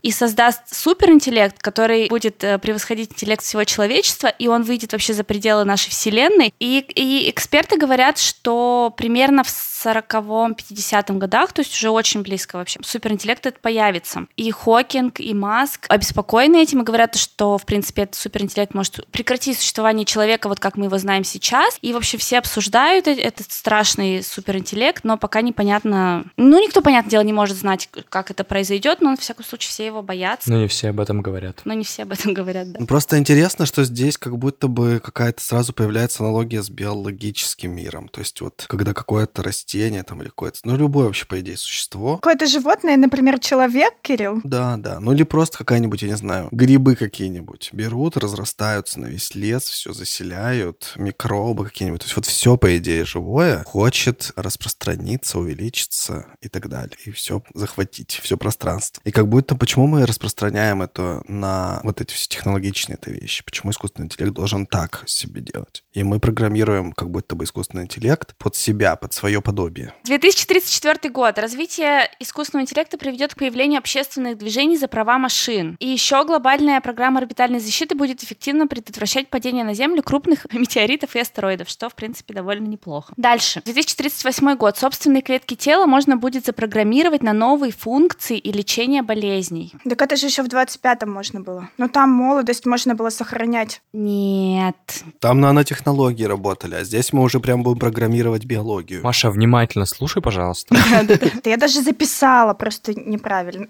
и создаст суперинтеллект, который будет превосходить интеллект всего человечества, и он выйдет вообще за пределы нашей Вселенной. И эксперты говорят, что примерно в 40-50 годах, то есть уже очень близко вообще, суперинтеллект этот появится. И Хокинг, и Маск обеспокоены этим и говорят, что, в принципе, этот суперинтеллект может прекратить существование человека, вот как мы его знаем сейчас. И вообще все обсуждают этот страшный суперинтеллект, но пока непонятно... Ну, никто, понятное дело, не может знать, как это произойдет, но, во всяком случае, все его боятся. Но не все об этом говорят. Да. Просто интересно, что здесь как будто бы какая-то сразу появляется аналогия с биологическим миром. То есть вот когда какое-то растение там или какое-то... Ну, любое вообще, по идее, существо. Какое-то животное, например, человек, Кирилл? Да. Ну, или просто какая-нибудь, я не знаю, грибы какие-нибудь берут, разрастаются на весь лес, все заселяют, микробы какие-нибудь. То есть вот все, по идее, живое хочет распространиться, увеличиться и так далее. И все захватить, все пространство. И как будто почему мы распространяем это на вот эти все технологичные вещи? Почему искусственный интеллект должен так себе делать? И мы программируем как будто бы искусственный интеллект под себя, под свое подобие. 2034 год. Развитие искусственного интеллекта приведет к появлению общественных движений за права машин. И еще глобальная программа орбитальной защиты будет эффективно предотвращать падение на Землю крупных метеоритов и астероидов, что, в принципе, довольно неплохо. Дальше. 2038 год. Собственные клетки тела можно будет запрограммировать на новые функции и лечение болезней. Так это же еще в 25-м можно было. Но там молодость можно было сохранять. Нет. Там нанотехнологии работали, а здесь мы уже прям будем программировать биологию. Маша, внимательно слушай, пожалуйста. Я даже записала, просто неправильно.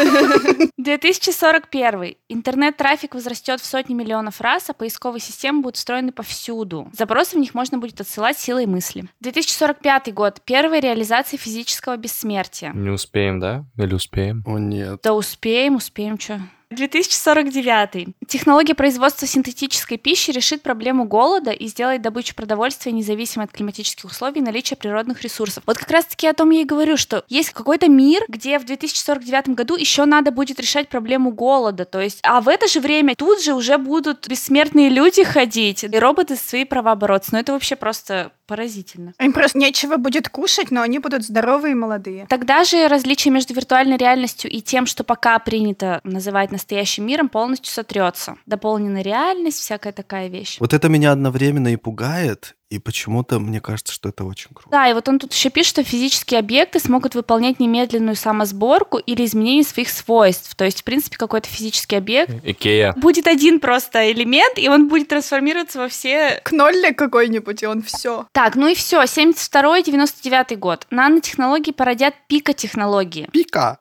2041. Интернет-трафик возрастет в сотни миллионов раз, а поисковые системы будут встроены повсюду. Запросы в них можно будет отсылать силой мысли. 2045 год. Первая реализация физического бессмертия. Не успеем, да? Или успеем? О, нет. Да успеем, что. 2049. Технология производства синтетической пищи решит проблему голода и сделает добычу продовольствия независимой от климатических условий и наличия природных ресурсов. Вот как раз-таки о том я и говорю, что есть какой-то мир, где в 2049 году еще надо будет решать проблему голода. То есть, а в это же время тут же уже будут бессмертные люди ходить и роботы за свои права бороться. Но это вообще просто поразительно. Им просто нечего будет кушать, но они будут здоровые и молодые. Тогда же различие между виртуальной реальностью и тем, что пока принято называть настоящим миром, полностью сотрется. Дополненная реальность, всякая такая вещь. Вот это меня одновременно и пугает, и почему-то мне кажется, что это очень круто. Да, и вот он тут еще пишет, что физические объекты смогут выполнять немедленную самосборку или изменение своих свойств. То есть, в принципе, какой-то физический объект. Икея. Будет один просто элемент, и он будет трансформироваться во все... Кнолли какой-нибудь, и он все. Так, ну и все. 72-99 год. Нанотехнологии породят пикотехнологии. Пика!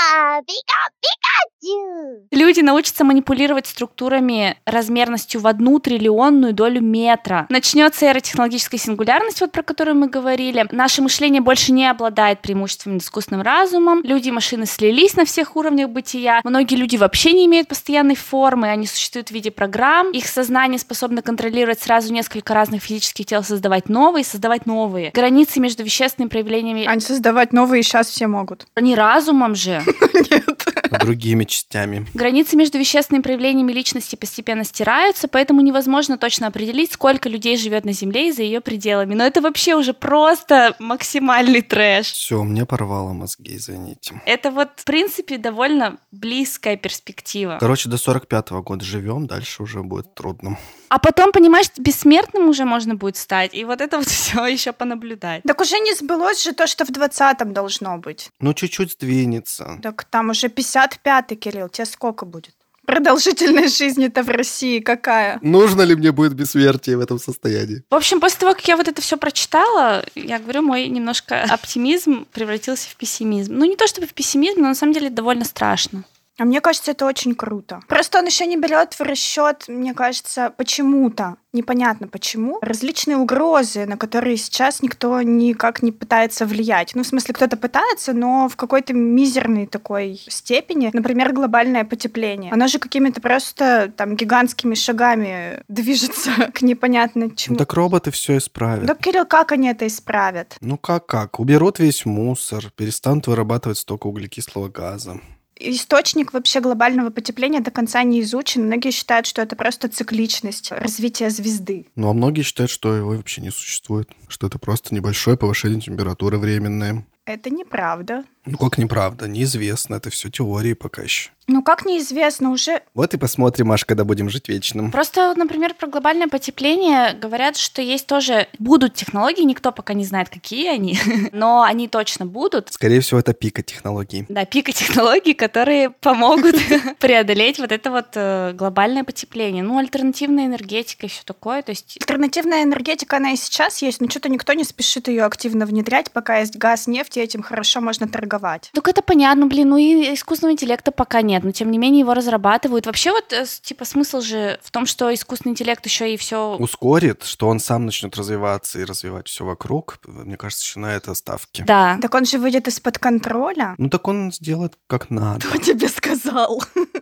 Люди научатся манипулировать структурами размерностью в 1 триллионную долю метра. Начнется эра технологической сингулярности, вот про которую мы говорили. Наше мышление больше не обладает преимуществами над искусственным разумом. Люди и машины слились на всех уровнях бытия. Многие люди вообще не имеют постоянной формы, они существуют в виде программ. Их сознание способно контролировать сразу несколько разных физических тел, создавать новые. Границы между вещественными проявлениями... Они создавать новые сейчас все могут. Не разумом же. Нет. Другими частями. Границы между вещественными проявлениями личности постепенно стираются, поэтому невозможно точно определить, сколько людей живет на Земле и за ее пределами. Но это вообще уже просто максимальный трэш. Все, мне порвало мозги, извините. Это вот, в принципе, довольно близкая перспектива. Короче, до 45-го года живем, дальше уже будет трудно. А потом, понимаешь, бессмертным уже можно будет стать, и вот это вот все еще понаблюдать. Так уже не сбылось же то, что в 20-м должно быть. Ну, чуть-чуть сдвинется. Так там уже 55-й, Кирилл, тебе сколько будет? Продолжительность жизни-то в России какая? Нужно ли мне будет бессмертие в этом состоянии? В общем, после того, как я вот это все прочитала, я говорю, мой немножко оптимизм превратился в пессимизм. Ну, не то чтобы в пессимизм, но на самом деле довольно страшно. А мне кажется, это очень круто. Просто он еще не берет в расчет, мне кажется, почему-то, непонятно почему, различные угрозы, на которые сейчас никто никак не пытается влиять. Ну, в смысле, кто-то пытается, но в какой-то мизерной такой степени. Например, глобальное потепление. Оно же какими-то просто там гигантскими шагами движется к непонятно чему. Ну, так роботы все исправят. Да, Кирилл, как они это исправят? Ну, как? Уберут весь мусор, перестанут вырабатывать столько углекислого газа. Источник вообще глобального потепления до конца не изучен. Многие считают, что это просто цикличность развития звезды. Ну, а многие считают, что его вообще не существует. Что это просто небольшое повышение температуры временное. Это неправда. Ну, как неправда, неизвестно, это все теории пока еще. Ну, как неизвестно, уже... Вот и посмотрим, Маш, когда будем жить вечным. Просто, например, про глобальное потепление говорят, что есть тоже... Будут технологии, никто пока не знает, какие они, но они точно будут. Скорее всего, это пика технологий. Да, пика технологий, которые помогут преодолеть вот это вот глобальное потепление. Ну, альтернативная энергетика и все такое, то есть... Альтернативная энергетика, она и сейчас есть, но что-то никто не спешит ее активно внедрять, пока есть газ, нефть, и этим хорошо можно торговать. Так это понятно, блин, ну и искусственного интеллекта пока нет, но тем не менее его разрабатывают. Вообще вот, типа, смысл же в том, что искусственный интеллект еще и все Ускорит, что он сам начнет развиваться и развивать все вокруг. Мне кажется, еще на это ставки. Да. Так он же выйдет из-под контроля. Ну так он сделает как надо. Кто тебе сказал?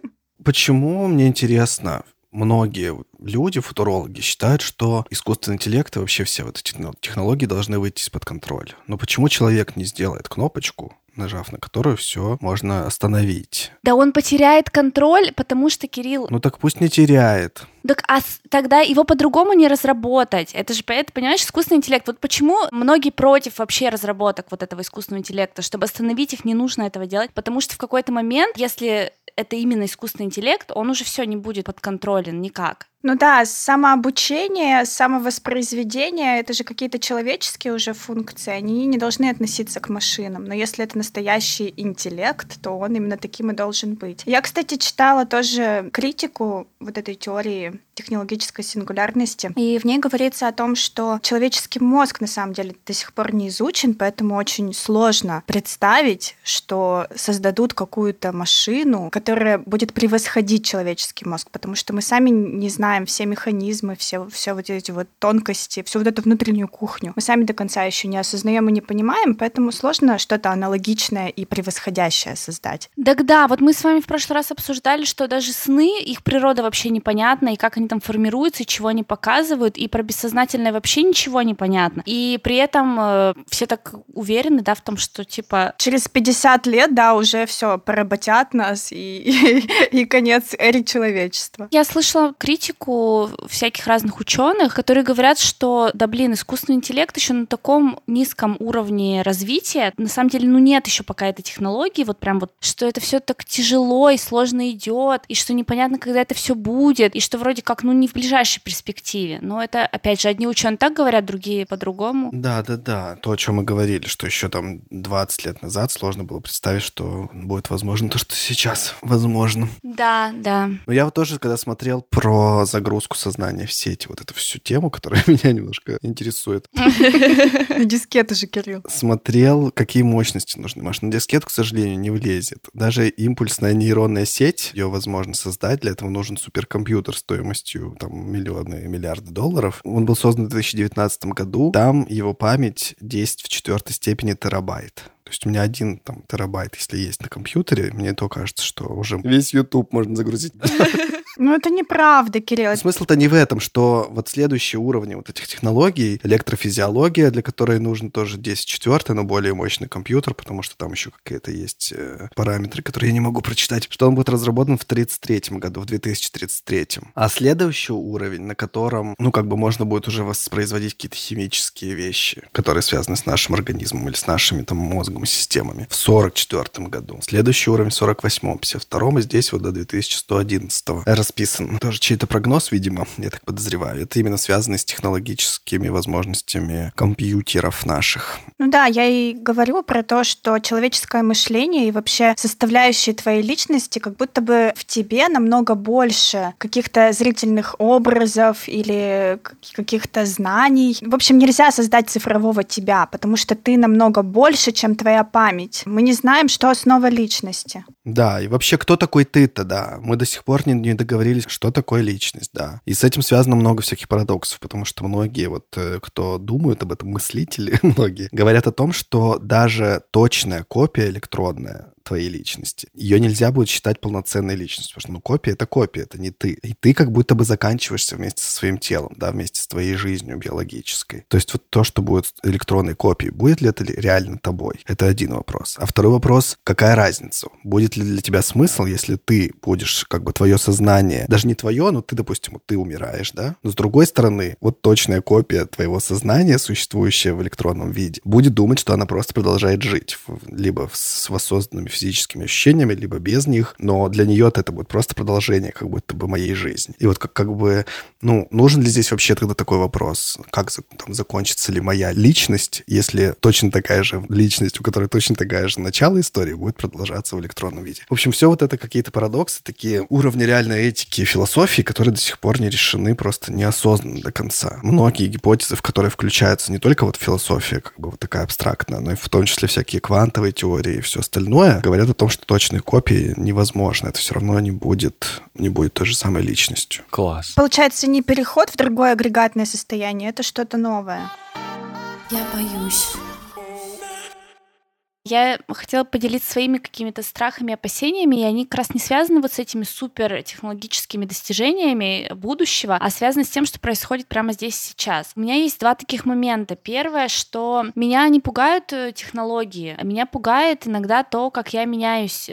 Почему, мне интересно, многие люди, футурологи, считают, что искусственный интеллект и вообще все вот эти технологии должны выйти из-под контроля. Но почему человек не сделает кнопочку, нажав на которую все можно остановить? Да он потеряет контроль, потому что, Кирилл... Ну так пусть не теряет. Так тогда его по-другому не разработать. Это же, понимаешь, искусственный интеллект. Вот почему многие против вообще разработок вот этого искусственного интеллекта. Чтобы остановить их, не нужно этого делать. Потому что в какой-то момент, если это именно искусственный интеллект, он уже все не будет подконтролен никак. Ну да, самообучение, самовоспроизведение — это же какие-то человеческие уже функции, они не должны относиться к машинам. Но если это настоящий интеллект, то он именно таким и должен быть. Я, кстати, читала тоже критику вот этой теории технологической сингулярности, и в ней говорится о том, что человеческий мозг на самом деле до сих пор не изучен, поэтому очень сложно представить, что создадут какую-то машину, которая будет превосходить человеческий мозг, потому что мы сами не знаем все механизмы, все вот эти вот тонкости, всю вот эту внутреннюю кухню. Мы сами до конца еще не осознаем и не понимаем, поэтому сложно что-то аналогичное и превосходящее создать. Да, вот мы с вами в прошлый раз обсуждали, что даже сны, их природа вообще непонятна, и как они там формируются, и чего они показывают, и про бессознательное вообще ничего не понятно. И при этом все так уверены, да, в том, что типа... Через 50 лет, да, уже все поработят нас, и конец эре человечества. Я слышала критику всяких разных ученых, которые говорят, что, да блин, искусственный интеллект еще на таком низком уровне развития, на самом деле, ну нет еще пока этой технологии, вот прям вот, что это все так тяжело и сложно идет, и что непонятно, когда это все будет, и что вроде как, ну не в ближайшей перспективе. Но это, опять же, одни ученые так говорят, другие по-другому. Да. То, о чем мы говорили, что еще там 20 лет назад сложно было представить, что будет возможно то, что сейчас возможно. Да. Но я вот тоже, когда смотрел про загрузку сознания в сети, вот эту всю тему, которая меня немножко интересует. Дискеты же, Кирилл. Смотрел, какие мощности нужны. Маш, на дискету, к сожалению, не влезет. Даже импульсная нейронная сеть, ее возможно создать. Для этого нужен суперкомпьютер стоимостью там миллионы и миллиарды долларов. Он был создан в 2019 году. Там его память 10 в 4 степени терабайт. То есть у меня 1 там, терабайт, если есть на компьютере, мне то кажется, что уже весь YouTube можно загрузить. Ну, это неправда, Кирилл. Смысл-то не в этом, что вот следующие уровни вот этих технологий, электрофизиология, для которой нужен тоже 10/4, но более мощный компьютер, потому что там еще какие-то есть параметры, которые я не могу прочитать, что он будет разработан в 2033 году, в 2033. А следующий уровень, на котором, ну, как бы можно будет уже воспроизводить какие-то химические вещи, которые связаны с нашим организмом или с нашими там мозгом и системами, в 44 году. Следующий уровень в 48-м, 52-м, и здесь вот до 2111-го расписан. Тоже чей-то прогноз, видимо, я так подозреваю. Это именно связано с технологическими возможностями компьютеров наших. Ну да, я и говорю про то, что человеческое мышление и вообще составляющие твоей личности как будто бы в тебе намного больше каких-то зрительных образов или каких-то знаний. В общем, нельзя создать цифрового тебя, потому что ты намного больше, чем твоя память. Мы не знаем, что основа личности. Да, и вообще, кто такой ты-то, да? Мы до сих пор не договорились, что такое личность, да. И с этим связано много всяких парадоксов, потому что многие, вот, кто думают об этом, мыслители многие, говорят о том, что даже точная копия электронная твоей личности. Ее нельзя будет считать полноценной личностью, потому что копия — это копия, это не ты. И ты как будто бы заканчиваешься вместе со своим телом, да, вместе с твоей жизнью биологической. То есть вот то, что будет электронной копией, будет ли это реально тобой? Это один вопрос. А второй вопрос, какая разница? Будет ли для тебя смысл, если ты будешь, как бы, твое сознание, даже не твое, но ты, допустим, ты умираешь, да? Но с другой стороны, вот точная копия твоего сознания, существующая в электронном виде, будет думать, что она просто продолжает жить, либо с воссозданными физическими ощущениями, либо без них, но для нее это будет просто продолжение как будто бы моей жизни. И вот как бы, нужен ли здесь вообще тогда такой вопрос, как там закончится ли моя личность, если точно такая же личность, у которой точно такая же начало истории, будет продолжаться в электронном виде. В общем, все вот это какие-то парадоксы, такие уровни реальной этики и философии, которые до сих пор не решены просто неосознанно до конца. Многие гипотезы, в которые включаются не только вот философия, как бы вот такая абстрактная, но и в том числе всякие квантовые теории и все остальное, говорят о том, что точные копии невозможно. Это все равно не будет той же самой личностью. Класс. Получается, не переход в другое агрегатное состояние, это что-то новое. Я боюсь. Я хотела поделиться своими какими-то страхами, опасениями, и они как раз не связаны вот с этими супертехнологическими достижениями будущего, а связаны с тем, что происходит прямо здесь и сейчас. У меня есть два таких момента. Первое, что меня не пугают технологии, а меня пугает иногда то, как я меняюсь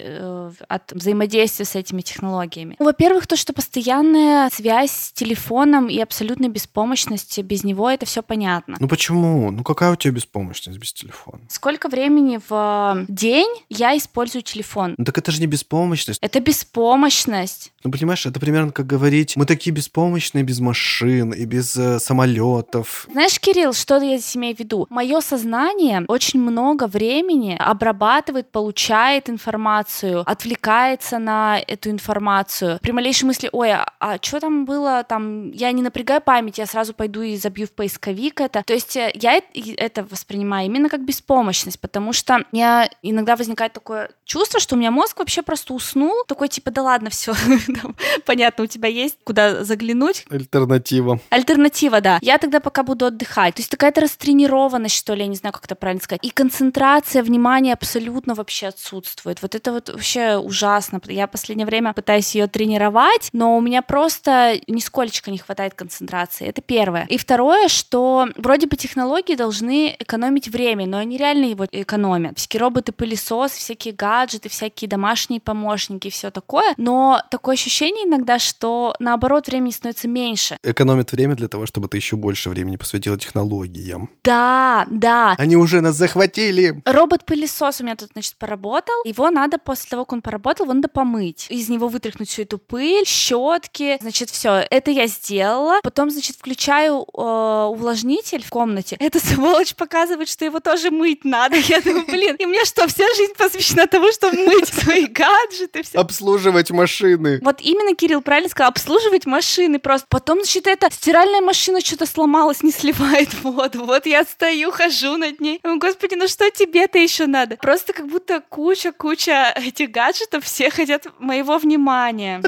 от взаимодействия с этими технологиями. Во-первых, то, что постоянная связь с телефоном и абсолютная беспомощность, без него это все понятно. Почему? Какая у тебя беспомощность без телефона? Сколько времени в день я использую телефон? Так это же не беспомощность. Это беспомощность. Понимаешь, это примерно как говорить, мы такие беспомощные без машин и без самолетов. Знаешь, Кирилл, что я здесь имею в виду? Мое сознание очень много времени обрабатывает, получает информацию, отвлекается на эту информацию. При малейшей мысли, а что там было? Там я не напрягаю память, я сразу пойду и забью в поисковик это. То есть я это воспринимаю именно как беспомощность, потому что у меня иногда возникает такое чувство, что у меня мозг вообще просто уснул, такой типа, да ладно, все, понятно, у тебя есть куда заглянуть. Альтернатива, да. Я тогда пока буду отдыхать. То есть какая-то растренированность, что ли, я не знаю, как это правильно сказать. И концентрация внимания абсолютно вообще отсутствует. Вот это вот вообще ужасно. Я в последнее время пытаюсь ее тренировать, но у меня просто нисколечко не хватает концентрации. Это первое. И второе, что вроде бы технологии должны экономить время, но они реально его экономят. Всякие роботы-пылесосы, всякие гаджеты, всякие домашние помощники и все такое. Но такое ощущение иногда, что наоборот времени становится меньше. Экономит время для того, чтобы ты еще больше времени посвятила технологиям. Да. Они уже нас захватили. Робот-пылесос у меня тут, значит, поработал. Его надо после того, как он поработал, его надо помыть. Из него вытряхнуть всю эту пыль, щетки. Значит, все. Это я сделала. Потом, значит, включаю увлажнитель в комнате. Эта сволочь показывает, что его тоже мыть надо. Я думаю, и мне что, вся жизнь посвящена тому, чтобы мыть свои гаджеты? Все. Обслуживать машины. Вот именно Кирилл правильно сказал, обслуживать машины просто. Потом, значит, эта стиральная машина что-то сломалась, не сливает воду. Вот я стою, хожу над ней. Господи, что тебе-то еще надо? Просто как будто куча этих гаджетов, все хотят моего внимания.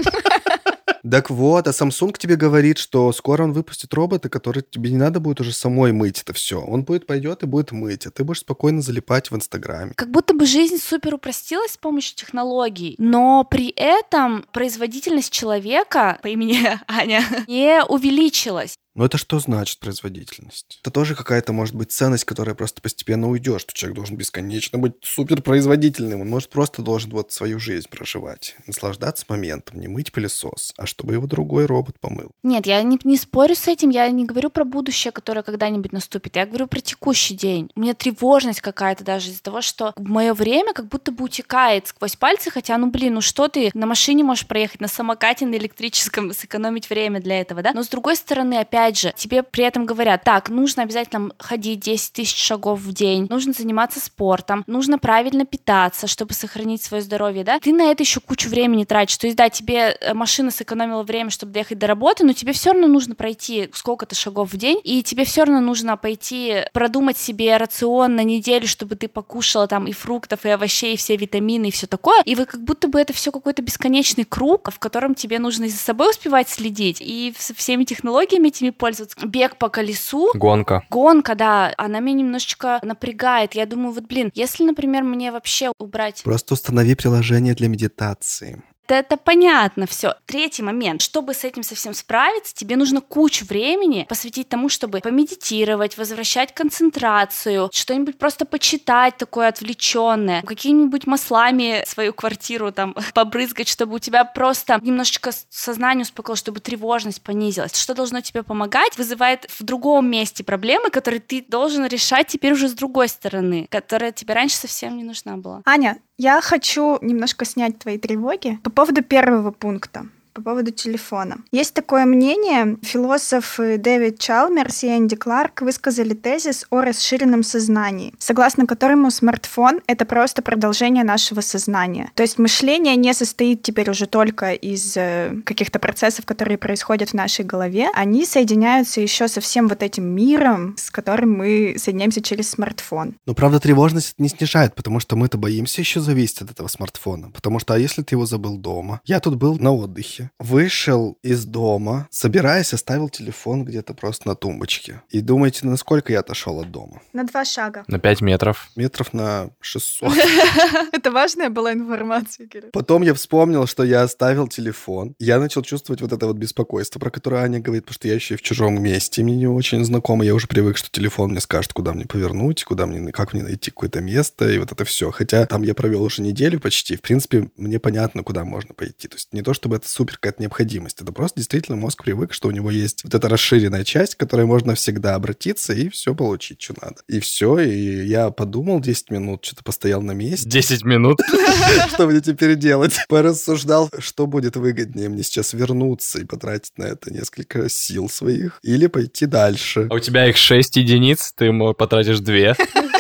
Так вот, а Samsung тебе говорит, что скоро он выпустит робота, который тебе не надо будет уже самой мыть это все. Он пойдет и будет мыть, а ты будешь спокойно залипать в Инстаграме. Как будто бы жизнь супер упростилась с помощью технологий, но при этом производительность человека по имени Аня не увеличилась. Но это что значит производительность? Это тоже какая-то, может быть, ценность, которая просто постепенно уйдет, что человек должен бесконечно быть суперпроизводительным. Он, может, просто должен вот свою жизнь проживать, наслаждаться моментом, не мыть пылесос, а чтобы его другой робот помыл. Нет, я не спорю с этим, я не говорю про будущее, которое когда-нибудь наступит, я говорю про текущий день. У меня тревожность какая-то даже из-за того, что мое время как будто бы утекает сквозь пальцы, хотя, что ты на машине можешь проехать, на самокате, на электрическом, сэкономить время для этого, да? Но с другой стороны, опять же, тебе при этом говорят, так, нужно обязательно ходить 10 тысяч шагов в день, нужно заниматься спортом, нужно правильно питаться, чтобы сохранить свое здоровье, да? Ты на это еще кучу времени тратишь. То есть, да, тебе машина сэкономила время, чтобы доехать до работы, но тебе все равно нужно пройти сколько-то шагов в день, и тебе все равно нужно пойти продумать себе рацион на неделю, чтобы ты покушала там и фруктов, и овощей, и все витамины, и все такое. И вы как будто бы это все какой-то бесконечный круг, в котором тебе нужно и за собой успевать следить, и со всеми технологиями этими пользоваться. Бег по колесу. Гонка. Гонка, да, она меня немножечко напрягает. Я думаю, вот, блин, если, например, мне вообще убрать... Просто установи приложение для медитации. Это понятно все. Третий момент. Чтобы с этим совсем справиться, тебе нужно кучу времени посвятить тому, чтобы помедитировать, возвращать концентрацию, что-нибудь просто почитать такое отвлеченное, какими-нибудь маслами свою квартиру там побрызгать, чтобы у тебя просто немножечко сознание успокоилось, чтобы тревожность понизилась. Что должно тебе помогать, вызывает в другом месте проблемы, которые ты должен решать теперь уже с другой стороны, которая тебе раньше совсем не нужна была. Аня, я хочу немножко снять твои тревоги по поводу первого пункта, по поводу телефона. Есть такое мнение, философы Дэвид Чалмерс и Энди Кларк высказали тезис о расширенном сознании, согласно которому смартфон — это просто продолжение нашего сознания. То есть мышление не состоит теперь уже только из каких-то процессов, которые происходят в нашей голове, они соединяются еще со всем вот этим миром, с которым мы соединяемся через смартфон. Но, правда, тревожность это не снижает, потому что мы-то боимся еще зависеть от этого смартфона. Потому что, а если ты его забыл дома? Я тут был на отдыхе. Вышел из дома, собираясь, оставил телефон где-то просто на тумбочке. И думаете, насколько я отошел от дома? На 2 шага. На 5 метров. Метров на 600. Это важная была информация, Кирилл. Потом я вспомнил, что я оставил телефон. Я начал чувствовать вот это вот беспокойство, про которое Аня говорит, потому что я еще и в чужом месте, мне не очень знакомо. Я уже привык, что телефон мне скажет, куда мне повернуть, как мне найти какое-то место, и вот это все. Хотя там я провел уже неделю почти. В принципе, мне понятно, куда можно пойти. То есть не то, чтобы это супер какая-то необходимость. Это просто действительно мозг привык, что у него есть вот эта расширенная часть, к которой можно всегда обратиться и все получить, что надо. И все, и я подумал 10 минут, что-то постоял на месте. 10 минут. Что мне теперь делать? Порассуждал, что будет выгоднее мне сейчас вернуться и потратить на это несколько сил своих, или пойти дальше. А у тебя их 6 единиц, ты потратишь 2.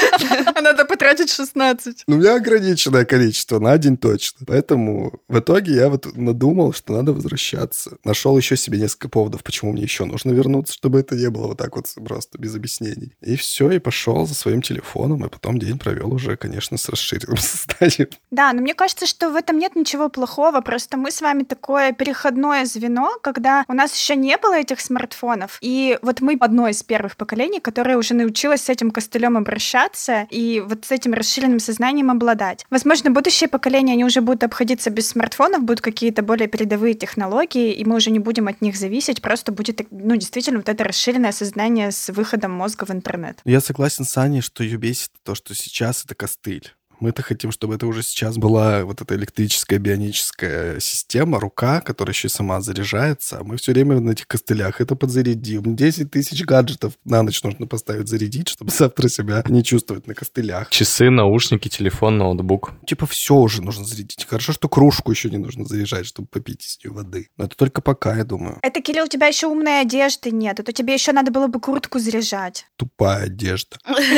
А надо потратить 16. У меня ограниченное количество, на день точно. Поэтому в итоге я вот надумал, что надо возвращаться. Нашел еще себе несколько поводов, почему мне еще нужно вернуться, чтобы это не было вот так вот просто без объяснений. И все, и пошел за своим телефоном, и потом день провел уже, конечно, с расширенным сознанием. Да, но мне кажется, что в этом нет ничего плохого, просто мы с вами такое переходное звено, когда у нас еще не было этих смартфонов, и вот мы одно из первых поколений, которое уже научилось с этим костылем обращаться и вот с этим расширенным сознанием обладать. Возможно, будущее поколение, они уже будут обходиться без смартфонов, будут какие-то более передовые технологии, и мы уже не будем от них зависеть, просто будет, действительно, вот это расширенное сознание с выходом мозга в интернет. Я согласен с Аней, что ее бесит то, что сейчас это костыль. Мы-то хотим, чтобы это уже сейчас была вот эта электрическая бионическая система, рука, которая еще и сама заряжается, а мы все время на этих костылях это подзарядим. 10 тысяч гаджетов на ночь нужно поставить зарядить, чтобы завтра себя не чувствовать на костылях. Часы, наушники, телефон, ноутбук. Типа все уже нужно зарядить. Хорошо, что кружку еще не нужно заряжать, чтобы попить из нее воды. Но это только пока, я думаю. Это, Кирилл, у тебя еще умной одежды нет, а то тебе еще надо было бы куртку заряжать. Тупая одежда.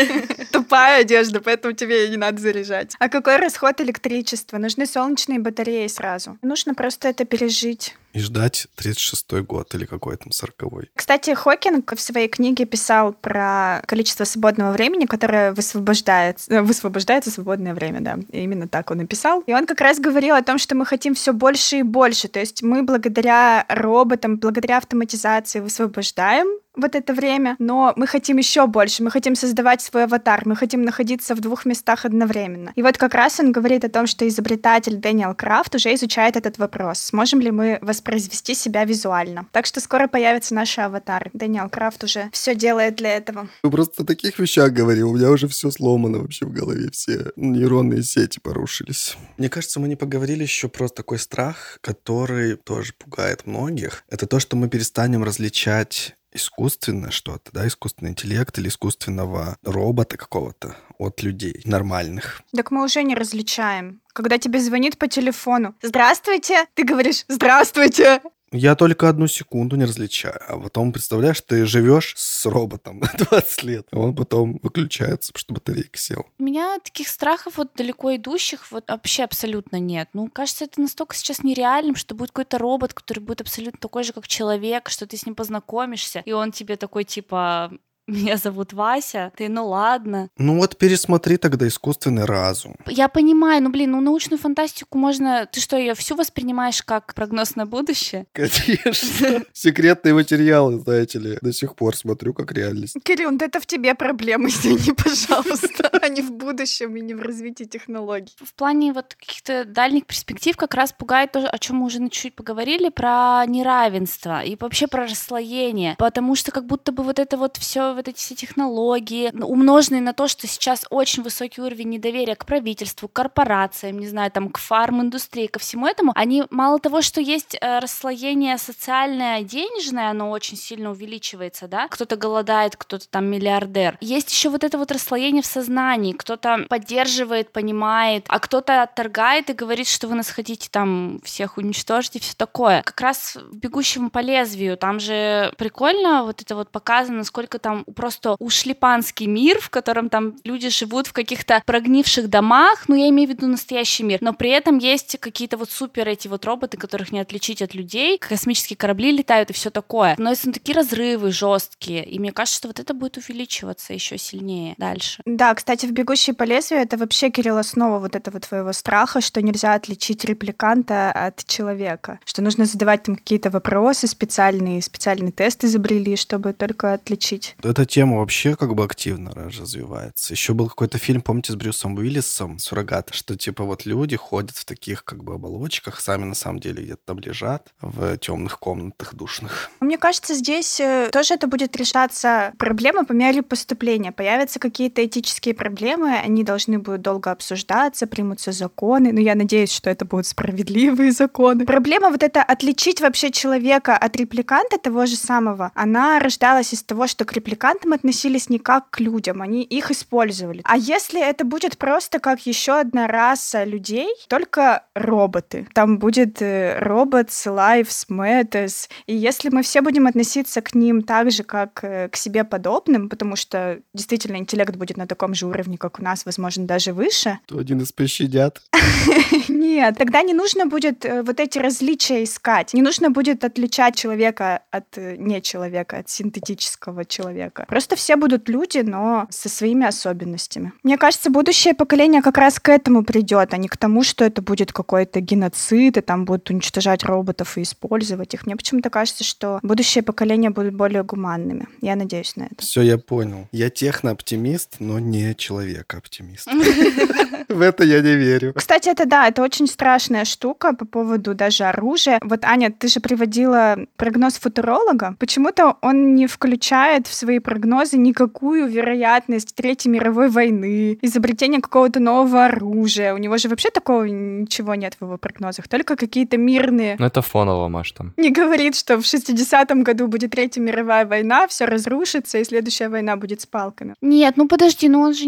Тупая одежда, поэтому тебе и не надо заряжать. А какой расход электричества? Нужны солнечные батареи сразу. Нужно просто это пережить. И ждать 36-й год или какой там 40-й. Кстати, Хокинг в своей книге писал про количество свободного времени, которое высвобождается свободное время, да. И именно так он и писал. И он как раз говорил о том, что мы хотим все больше и больше. То есть мы благодаря роботам, благодаря автоматизации высвобождаем вот это время, но мы хотим еще больше, мы хотим создавать свой аватар, мы хотим находиться в 2 местах одновременно. И вот как раз он говорит о том, что изобретатель Дэниел Крафт уже изучает этот вопрос. Сможем ли мы воспроизвести себя визуально? Так что скоро появятся наши аватары. Дэниел Крафт уже все делает для этого. Вы просто о таких вещах говорили, у меня уже все сломано вообще в голове, все нейронные сети порушились. Мне кажется, мы не поговорили еще про такой страх, который тоже пугает многих. Это то, что мы перестанем различать искусственное что-то, да, искусственный интеллект или искусственного робота какого-то от людей нормальных. Так мы уже не различаем. Когда тебе звонит по телефону: «Здравствуйте», ты говоришь «Здравствуйте». Я только 1 секунду не различаю. А потом, представляешь, ты живешь с роботом 20 лет, а он потом выключается, потому что батарейка села. У меня таких страхов вот далеко идущих вот вообще абсолютно нет. Кажется, это настолько сейчас нереальным, что будет какой-то робот, который будет абсолютно такой же, как человек, что ты с ним познакомишься, и он тебе такой, типа: меня зовут Вася. Ты, ну ладно. Ну вот пересмотри тогда «Искусственный разум». Я понимаю, научную фантастику можно... Ты что, ее всю воспринимаешь как прогноз на будущее? Конечно. Секретные материалы, знаете ли. До сих пор смотрю как реальность. Кирилл, да это в тебе проблемы, извини, пожалуйста, а не в будущем и не в развитии технологий. В плане вот каких-то дальних перспектив как раз пугает то, о чем мы уже чуть поговорили, про неравенство и вообще про расслоение. Потому что как будто бы вот это вот все, вот эти все технологии, умноженные на то, что сейчас очень высокий уровень недоверия к правительству, к корпорациям, не знаю, там, к фарм-индустрии, ко всему этому, они мало того, что есть расслоение социальное, денежное, оно очень сильно увеличивается, да, кто-то голодает, кто-то там миллиардер. Есть еще вот это вот расслоение в сознании, кто-то поддерживает, понимает, а кто-то отторгает и говорит, что вы нас хотите там всех уничтожить и все такое. Как раз в «Бегущем по лезвию» там же прикольно вот это вот показано, насколько там просто ушлепанский мир, в котором там люди живут в каких-то прогнивших домах, ну я имею в виду настоящий мир, но при этом есть какие-то вот супер эти вот роботы, которых не отличить от людей, космические корабли летают и все такое. Но это такие разрывы жесткие, и мне кажется, что вот это будет увеличиваться еще сильнее дальше. Да, кстати, в «Бегущей по лезвию» это вообще, Кирилл, основа вот этого твоего страха, что нельзя отличить репликанта от человека, что нужно задавать там какие-то вопросы специальные тесты изобрели, чтобы только отличить. Эта тема вообще как бы активно развивается. Еще был какой-то фильм, помните, с Брюсом Уиллисом, «Суррогат», что типа вот люди ходят в таких как бы оболочках, сами на самом деле где-то там лежат в темных комнатах душных. Мне кажется, здесь тоже это будет решаться проблема по мере поступления. Появятся какие-то этические проблемы, они должны будут долго обсуждаться, примутся законы, но я надеюсь, что это будут справедливые законы. Проблема вот это отличить вообще человека от репликанта того же самого, она рождалась из того, что к репликантам относились не как к людям, они их использовали. А если это будет просто как еще одна раса людей, только роботы, там будет robots, lives, matters, и если мы все будем относиться к ним так же, как к себе подобным, потому что действительно интеллект будет на таком же уровне, как у нас, возможно, даже выше. То один из пощадят. Нет, тогда не нужно будет вот эти различия искать. Не нужно будет отличать человека от нечеловека, от синтетического человека. Просто все будут люди, но со своими особенностями. Мне кажется, будущее поколение как раз к этому придет, а не к тому, что это будет какой-то геноцид, и там будут уничтожать роботов и использовать их. Мне почему-то кажется, что будущее поколение будут более гуманными. Я надеюсь на это. Все, я понял. Я техно-оптимист, но не человек-оптимист. В это я не верю. Кстати, это очень страшная штука по поводу даже оружия. Вот, Аня, ты же приводила прогноз футуролога. Почему-то он не включает в свои прогнозы никакую вероятность Третьей мировой войны, изобретения какого-то нового оружия. У него же вообще такого ничего нет в его прогнозах, только какие-то мирные. Ну, это фоново, Маш, там. Не говорит, что в 60-м году будет Третья мировая война, все разрушится, и следующая война будет с палками. Нет, ну подожди, ну он же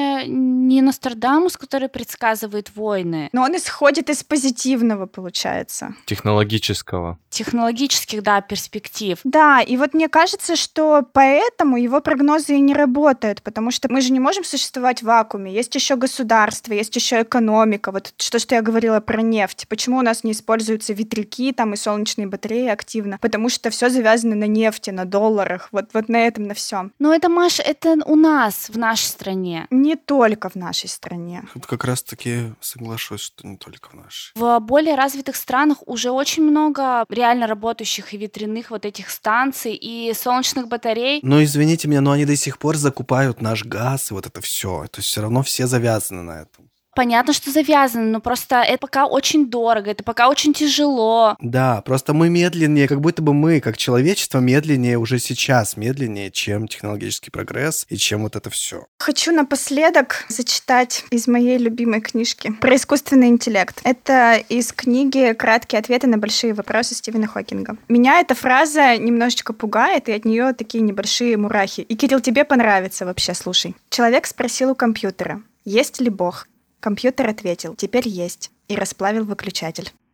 не Нострадамус, который предсказывает войны. Но он исходит из позитивного, получается. Технологического. Технологических, да, перспектив. Да, и вот мне кажется, что поэтому его прогнозы и не работают, потому что мы же не можем существовать в вакууме. Есть еще государство, есть еще экономика. Вот что я говорила про нефть. Почему у нас не используются ветряки там и солнечные батареи активно? Потому что все завязано на нефти, на долларах. Вот на этом, на всем. Но это, Маш, это у нас, в нашей стране. Не только в нашей стране. Вот как раз-таки соглашусь, что не только в нашей. В более развитых странах уже очень много реально работающих и ветряных вот этих станций и солнечных батарей. Но извините меня, но они до сих пор закупают наш газ и вот это все. То есть все равно все завязаны на этом. Понятно, что завязано, но просто это пока очень дорого, это пока очень тяжело. Да, просто мы медленнее, как будто бы мы, как человечество, медленнее уже сейчас, медленнее, чем технологический прогресс и чем вот это все. Хочу напоследок зачитать из моей любимой книжки про искусственный интеллект. Это из книги «Краткие ответы на большие вопросы» Стивена Хокинга. Меня эта фраза немножечко пугает, и от нее такие небольшие мурахи. И, Кирилл, тебе понравится вообще, слушай. Человек спросил у компьютера, есть ли Бог? Компьютер ответил, теперь есть, и расплавил выключатель.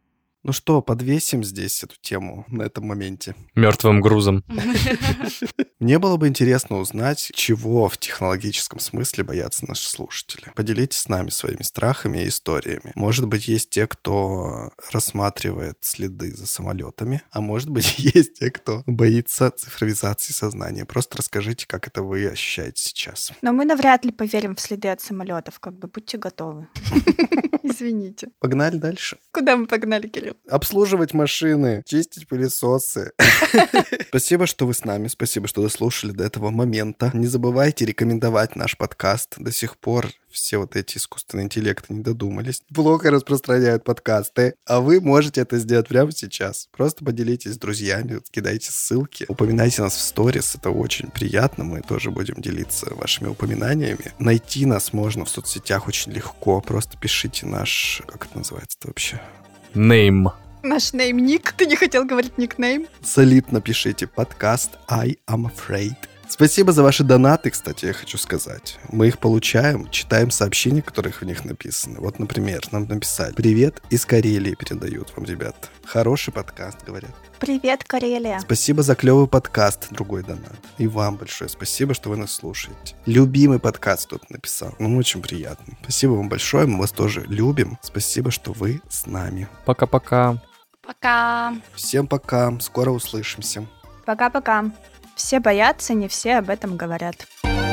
Ну что, подвесим здесь эту тему на этом моменте. Мертвым грузом. Мне было бы интересно узнать, чего в технологическом смысле боятся наши слушатели. Поделитесь с нами своими страхами и историями. Может быть, есть те, кто рассматривает следы за самолетами, а может быть, есть те, кто боится цифровизации сознания. Просто расскажите, как это вы ощущаете сейчас. Но мы навряд ли поверим в следы от самолетов, будьте готовы. Извините. Погнали дальше. Куда мы погнали, Кирилл? Обслуживать машины, чистить пылесосы. Спасибо, что вы с нами. Спасибо, что дослушали до этого момента. Не забывайте рекомендовать наш подкаст. До сих пор все вот эти искусственные интеллекты не додумались. Плохо распространяют подкасты. А вы можете это сделать прямо сейчас. Просто поделитесь с друзьями, кидайте ссылки. Упоминайте нас в сторис. Это очень приятно. Мы тоже будем делиться вашими упоминаниями. Найти нас можно в соцсетях очень легко. Просто пишите наш... Как это называется-то вообще? Name. Наш нейм-ник. Ты не хотел говорить никнейм? Солидно пишите подкаст I am afraid. Спасибо за ваши донаты, кстати, я хочу сказать. Мы их получаем, читаем сообщения, которые в них написаны. Вот, например, нам написали: «Привет из Карелии», передают вам, ребята. Хороший подкаст, говорят. Привет, Карелия. Спасибо за клевый подкаст, другой донат. И вам большое спасибо, что вы нас слушаете. Любимый подкаст кто-то написал. Ну, очень приятно. Спасибо вам большое, мы вас тоже любим. Спасибо, что вы с нами. Пока-пока. Пока. Всем пока, скоро услышимся. Пока-пока. Все боятся, не все об этом говорят.